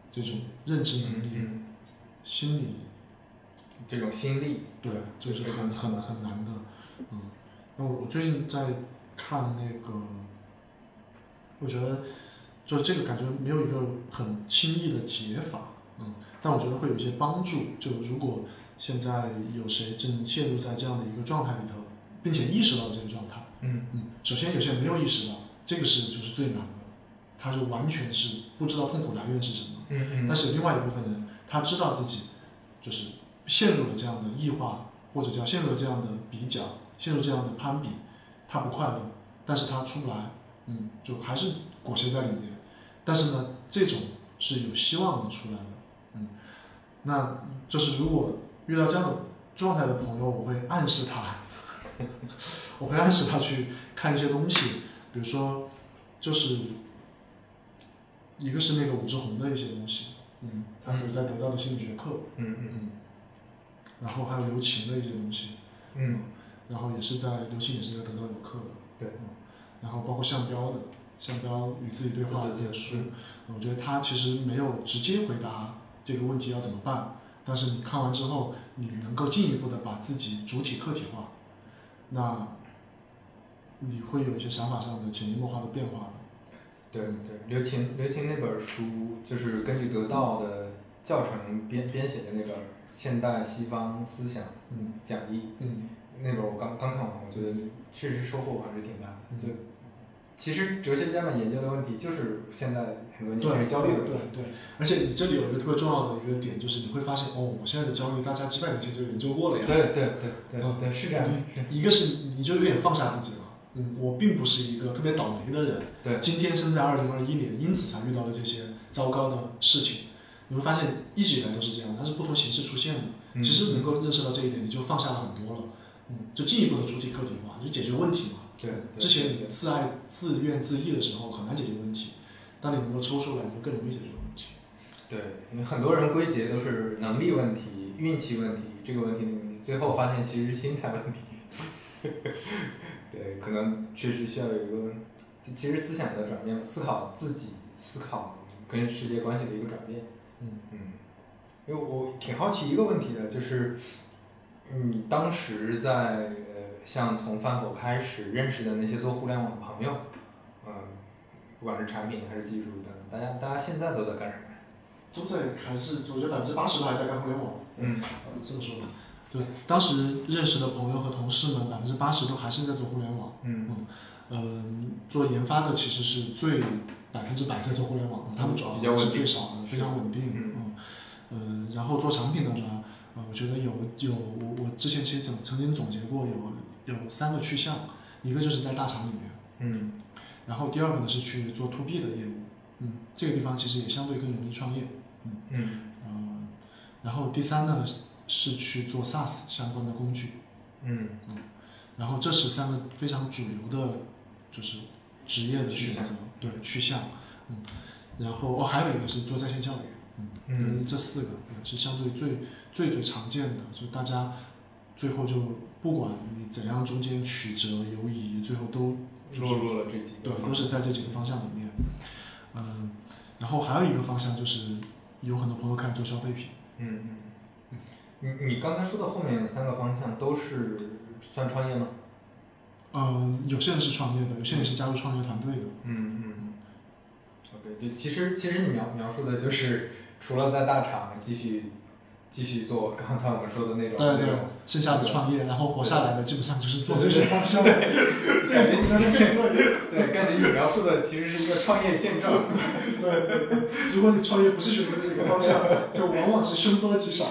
这种认知能力、 嗯、 心理这种心力， 对，就是很很很难的。嗯，那我我最近在看那个，我觉得就是这个感觉没有一个很轻易的解法，嗯，但我觉得会有一些帮助。就如果现在有谁正陷入在这样的一个状态里头，并且意识到这个状态， 嗯嗯，首先有些人没有意识到，这个是就是最难的，他就完全是不知道痛苦来源是什么。 嗯嗯。 但是另外一部分人，他知道自己就是陷入了这样的异化，或者叫陷入了这样的比较，陷入这样的攀比，他不快乐，但是他出不来，嗯，就还是裹挟在里面。但是呢，这种是有希望的出来的，嗯，那就是如果遇到这样的状态的朋友，我会暗示他，我会暗示他去看一些东西，比如说，就是一个是那个武志红的一些东西，嗯，他比如在得到的心理学课， 嗯嗯嗯，然后还有刘擎的一些东西， 嗯， 然后也是在刘擎也是在得到有课的， 对， 嗯，然后包括项彪的项彪与自己对话的这些书，我觉得他其实没有直接回答这个问题要怎么办，但是你看完之后，你能够进一步的把自己主体客体化，那你会有一些想法上的潜移默化的变化的。 对对，刘擎刘擎那本书就是根据得到的教程编编写的那个现代西方思想讲义， 嗯， 那本我刚刚看完，我觉得确实收获还是挺大的。 嗯、 就其实哲学家们研究的问题就是现在很多年轻人焦虑的问题。 对对对，而且你这里有一个特别重要的一个点，就是你会发现，哦，我现在的焦虑，大家几百年前就研究过了呀。 对对对对、嗯、对，是这样。 一个是你就有点放下自己了。嗯，我并不是一个特别倒霉的人， 对， 今天生在二零二一年，因此才遇到了这些糟糕的事情。你会发现一直以来都是这样，它是不同形式出现的。 嗯、 其实能够认识到这一点，你就放下了很多了。嗯，就进一步的主体客体化，就解决问题嘛。 对， 之前你自爱、自怨自艾的时候很难解决问题，当你能够抽出来，你就更容易解决问题。 对，因为很多人归结都是能力问题、运气问题，这个问题那个问题，最后发现其实是心态问题。对，可能确实需要有一个，就其实思想的转变，思考自己、思考跟世界关系的一个转变。 嗯嗯，因为我挺好奇一个问题的，就是你当时在呃，像从饭否开始认识的那些做互联网的朋友，嗯、呃，不管是产品还是技术的，大家大家现在都在干什么呀？ 都在还是我觉得百分之八十都还在干互联网。 嗯， 这么说吧。对，当时认识的朋友和同事们，百分之八十都还是在做互联网。 嗯嗯，呃，做研发的其实是最百分之百在做互联网的，他们主要是最少的，非常稳定。 嗯， 嗯呃，然后做产品的呢，呃，我觉得有有我我之前其实曾曾经总结过有有三个去向，一个就是在大厂里面。 嗯， 然后第二个呢是去做 to B 的业务。嗯，这个地方其实也相对更容易创业。嗯嗯呃，然后第三呢。是去做 SaaS 相关的工具， 嗯嗯，然后这是三个非常主流的，就是职业的选择，对去向，嗯，然后哦还有一个是做在线教育，嗯， 嗯， 这四个是相对最最最常见的，就大家最后就不管你怎样中间曲折游移，最后都落入了这几个， 对，都是在这几个方向里面，嗯，然后还有一个方向就是有很多朋友开始做消费品， 嗯嗯。你你刚才说的后面三个方向都是算创业吗？ 嗯，有些人是创业的，有些人是加入创业团队的。 嗯嗯嗯。OK， 就其实其实你描描述的就是除了在大厂继续继续做刚才我们说的那种， 对对，剩下的创业，然后活下来的基本上就是做这些方向。对， 感觉对对，感觉你描述的其实是一个创业现状。 对对对，如果你创业不是选择这个方向，就往往是凶多吉少。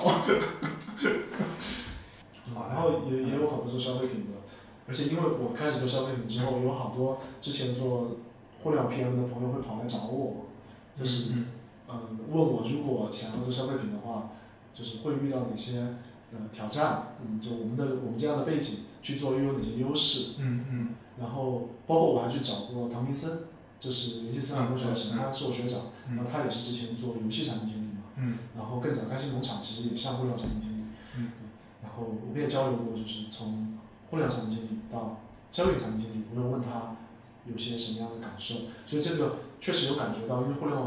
然后也也有好多做消费品的，而且因为我开始做消费品之后，有好多之前做互联网 P M 的朋友会跑来找我，就是嗯、呃、问我如果想要做消费品的话，就是会遇到哪些呃挑战，嗯，就我们的我们这样的背景去做又有哪些优势， 嗯嗯， 然后包括我还去找过唐明森，就是游戏思想工学生，他是我学长， 嗯、 然后他也是之前做游戏产品经理嘛， 嗯， 然后更早开心农场其实也像互联网产品经理， 嗯。 然后我们也交流过，就是从互联网产品经理到消费品产品经理，我有问他有些什么样的感受，所以这个确实有感觉到，因为互联网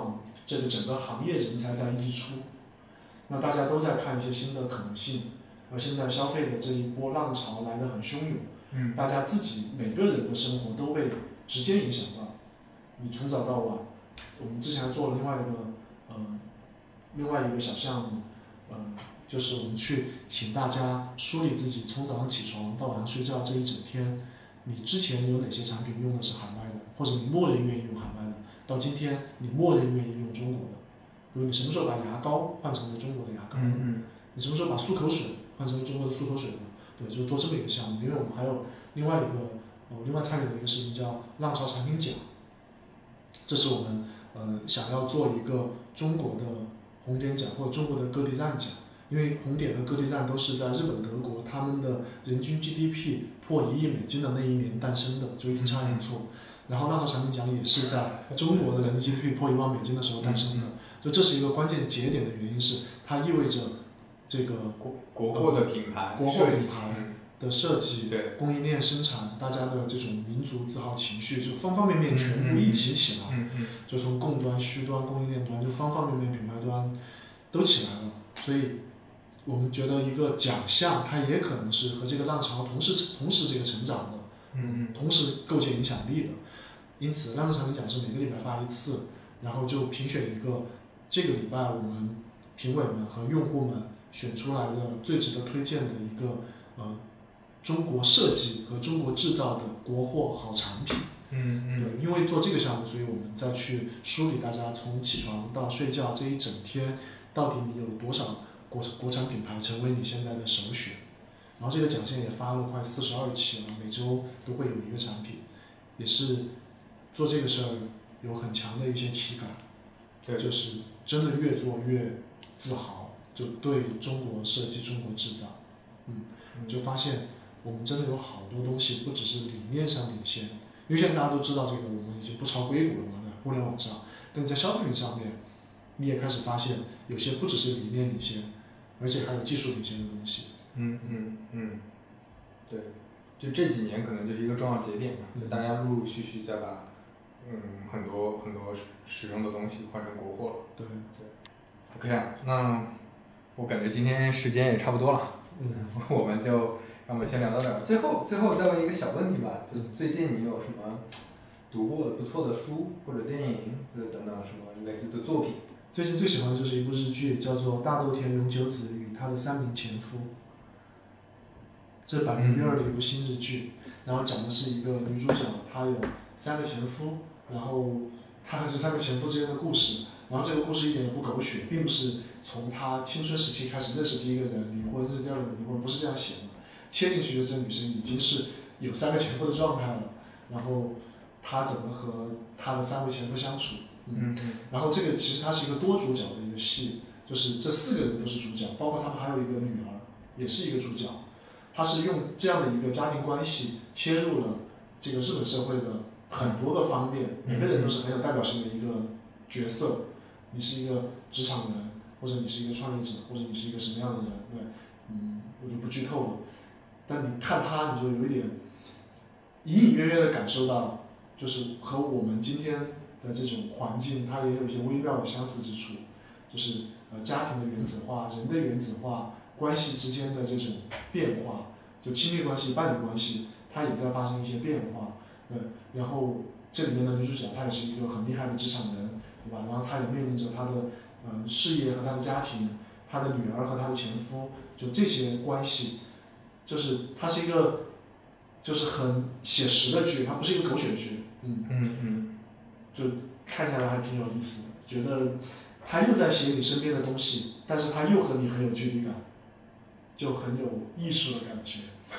这个整个行业人才在溢出，那大家都在看一些新的可能性，而现在消费的这一波浪潮来得很汹涌， 嗯， 大家自己每个人的生活都被直接影响到，你从早到晚，我们之前还做了另外一个呃另外一个小项目，呃就是我们去请大家梳理自己从早上起床到晚上睡觉这一整天，你之前有哪些产品用的是海外的，或者你默认愿意用海外的，到今天你默认愿意用中国的，比如你什么时候把牙膏换成了中国的牙膏， 嗯嗯， 你什么时候把漱口水换成了中国的漱口水的，对，就做这么一个项目。因为我们还有另外一个呃另外参与的一个事情叫浪潮产品奖，这是我们呃想要做一个中国的红点奖或者中国的歌迪赞奖。因为红点和歌迪赞都是在日本、德国，他们的人均 G D P 破一亿美金的那一年诞生的，就阴差阳错。然后浪潮产品奖也是在中国的人均 G D P 破一万美金的时候诞生的，就这是一个关键节点的原因是，它意味着这个国国货的品牌， 国货品牌的设计， 对， 供应链生产，大家的这种民族自豪情绪，就方方面面全部一起起来， 嗯嗯， 就从供端、需端、供应链端，就方方面面品牌端都起来了，所以。我们觉得一个奖项，它也可能是和这个浪潮同时同时这个成长的， 嗯嗯， 同时构建影响力的。因此，浪潮产品奖是每个礼拜发一次，然后就评选一个这个礼拜我们评委们和用户们选出来的最值得推荐的一个呃中国设计和中国制造的国货好产品。 嗯嗯， 对，因为做这个项目，所以我们再去梳理大家从起床到睡觉这一整天，到底你有多少。国国产品牌成为你现在的首选，然后这个奖项也发了快四十二期了，每周都会有一个产品，也是做这个事儿有很强的一些体感， 对， 就是真的越做越自豪，就对中国设计、中国制造，嗯，就发现我们真的有好多东西不只是理念上领先，因为现在大家都知道这个我们已经不炒硅谷了嘛，在互联网上，但在消费品上面，你也开始发现有些不只是理念领先。而且还有技术领先的东西。 嗯嗯嗯，对，就这几年可能就是一个重要节点嘛，就大家陆陆续续在把嗯很多很多使用的东西换成国货了。 对对。OK 啊，那我感觉今天时间也差不多了， 嗯， 我们就让我们先聊到这儿。最后最后再问一个小问题吧，就最近你有什么读过的不错的书或者电影或者等等什么类似的作品？ 最近最喜欢的就是一部日剧，叫做《大豆田永久子与她的三名前夫》，这是百年一二的一部新日剧，然后讲的是一个女主角，她有三个前夫，然后她和这三个前夫之间的故事，然后这个故事一点也不狗血，并不是从她青春时期开始认识第一个人，离婚认识第二个人，离婚，不是这样写的，切进去的这女生已经是有三个前夫的状态了，然后她怎么和她的三位前夫相处。 嗯， 然后这个其实它是一个多主角的一个戏，就是这四个人都是主角，包括他们还有一个女儿，也是一个主角。他是用这样的一个家庭关系切入了这个日本社会的很多个方面，每个人都是很有代表性的一个角色。你是一个职场人，或者你是一个创业者，或者你是一个什么样的人，对，嗯，我就不剧透了。但你看他，你就有一点隐隐约约的感受到，就是和我们今天的这种环境，它也有一些微妙的相似之处，就是呃家庭的原子化、人的原子化、关系之间的这种变化，就亲密关系、伴侣关系，它也在发生一些变化。对，然后这里面的女主角她也是一个很厉害的职场人，对吧？然后她也面临着她的呃事业和她的家庭，她的女儿和她的前夫，就这些关系，就是它是一个就是很写实的剧，它不是一个狗血剧。嗯嗯嗯。 就看下来还挺有意思的，觉得他又在写你身边的东西，但是他又和你很有距离感，就很有艺术的感觉。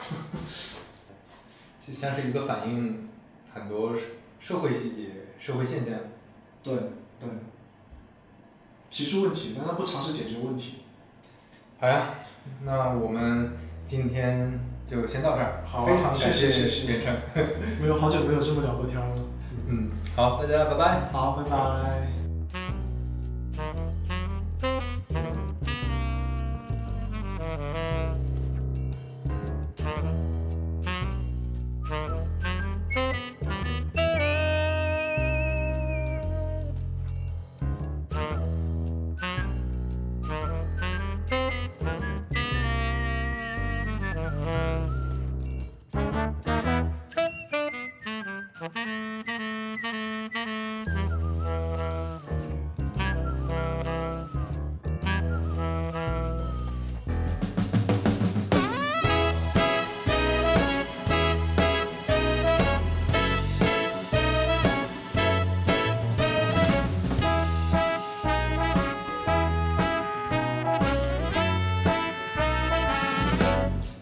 就像是一个反映很多社会细节、社会现象。 对对。提出问题，但他不尝试解决问题。 好呀，那我们今天就先到这儿。 好， 非常感谢谢远程。 没有好久没有这么聊过天了。 嗯，好，大家拜拜。 好，拜拜。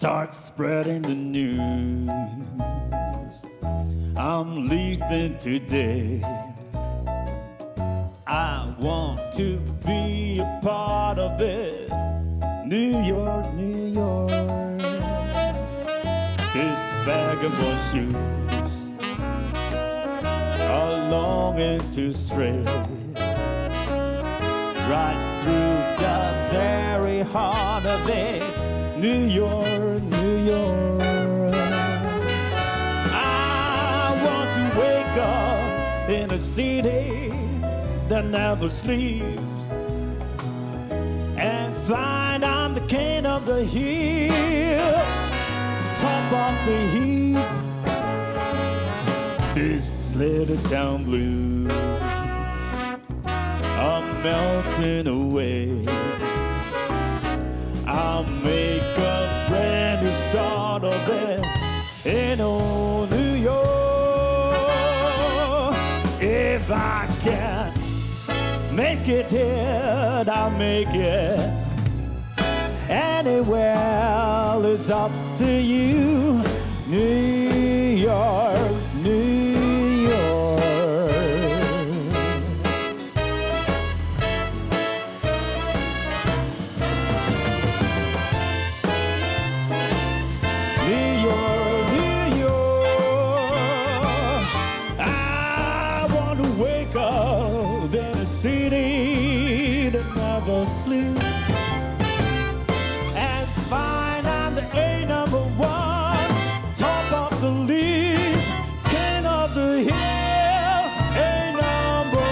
start spreading the news. I'm leaving today. I want to be a part of it. New York, New York. This vagabond shoes are longing to stray right through the very heart of it. New York, New York. I want to wake up in a city that never sleeps and find I'm the king of the hill, top of the heap. This little town blues are melting away. I'll make a brand new start of it in old New York. If I can make it here, I'll make it anywhere. It's up to you. New York, New York. New York, New York. I want to wake up in a city that never sleeps and find I'm the A number one, top of the list, king of the hill, A number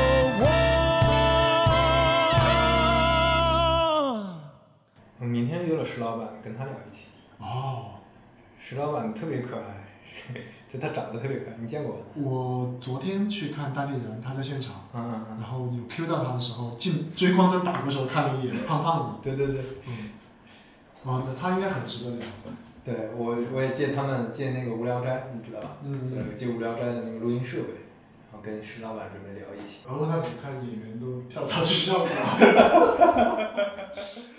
one。 我明天约了石老板，跟他聊一期。 哦， 石老板特别可爱，就他长得特别可爱，你见过吗？ 我昨天去看单立人，他在现场， 嗯嗯嗯。 然后有 Q 到他的时候，进追光灯打过去，我看了一眼，胖胖的。 对对对。 嗯。哦，那他应该很值得聊。 对我，我也借他们借那个无聊斋，你知道吧？ 嗯。 呃，借无聊斋的那个录音设备，然后跟石老板准备聊一起。 然后他怎么看演员都跳槽去效果。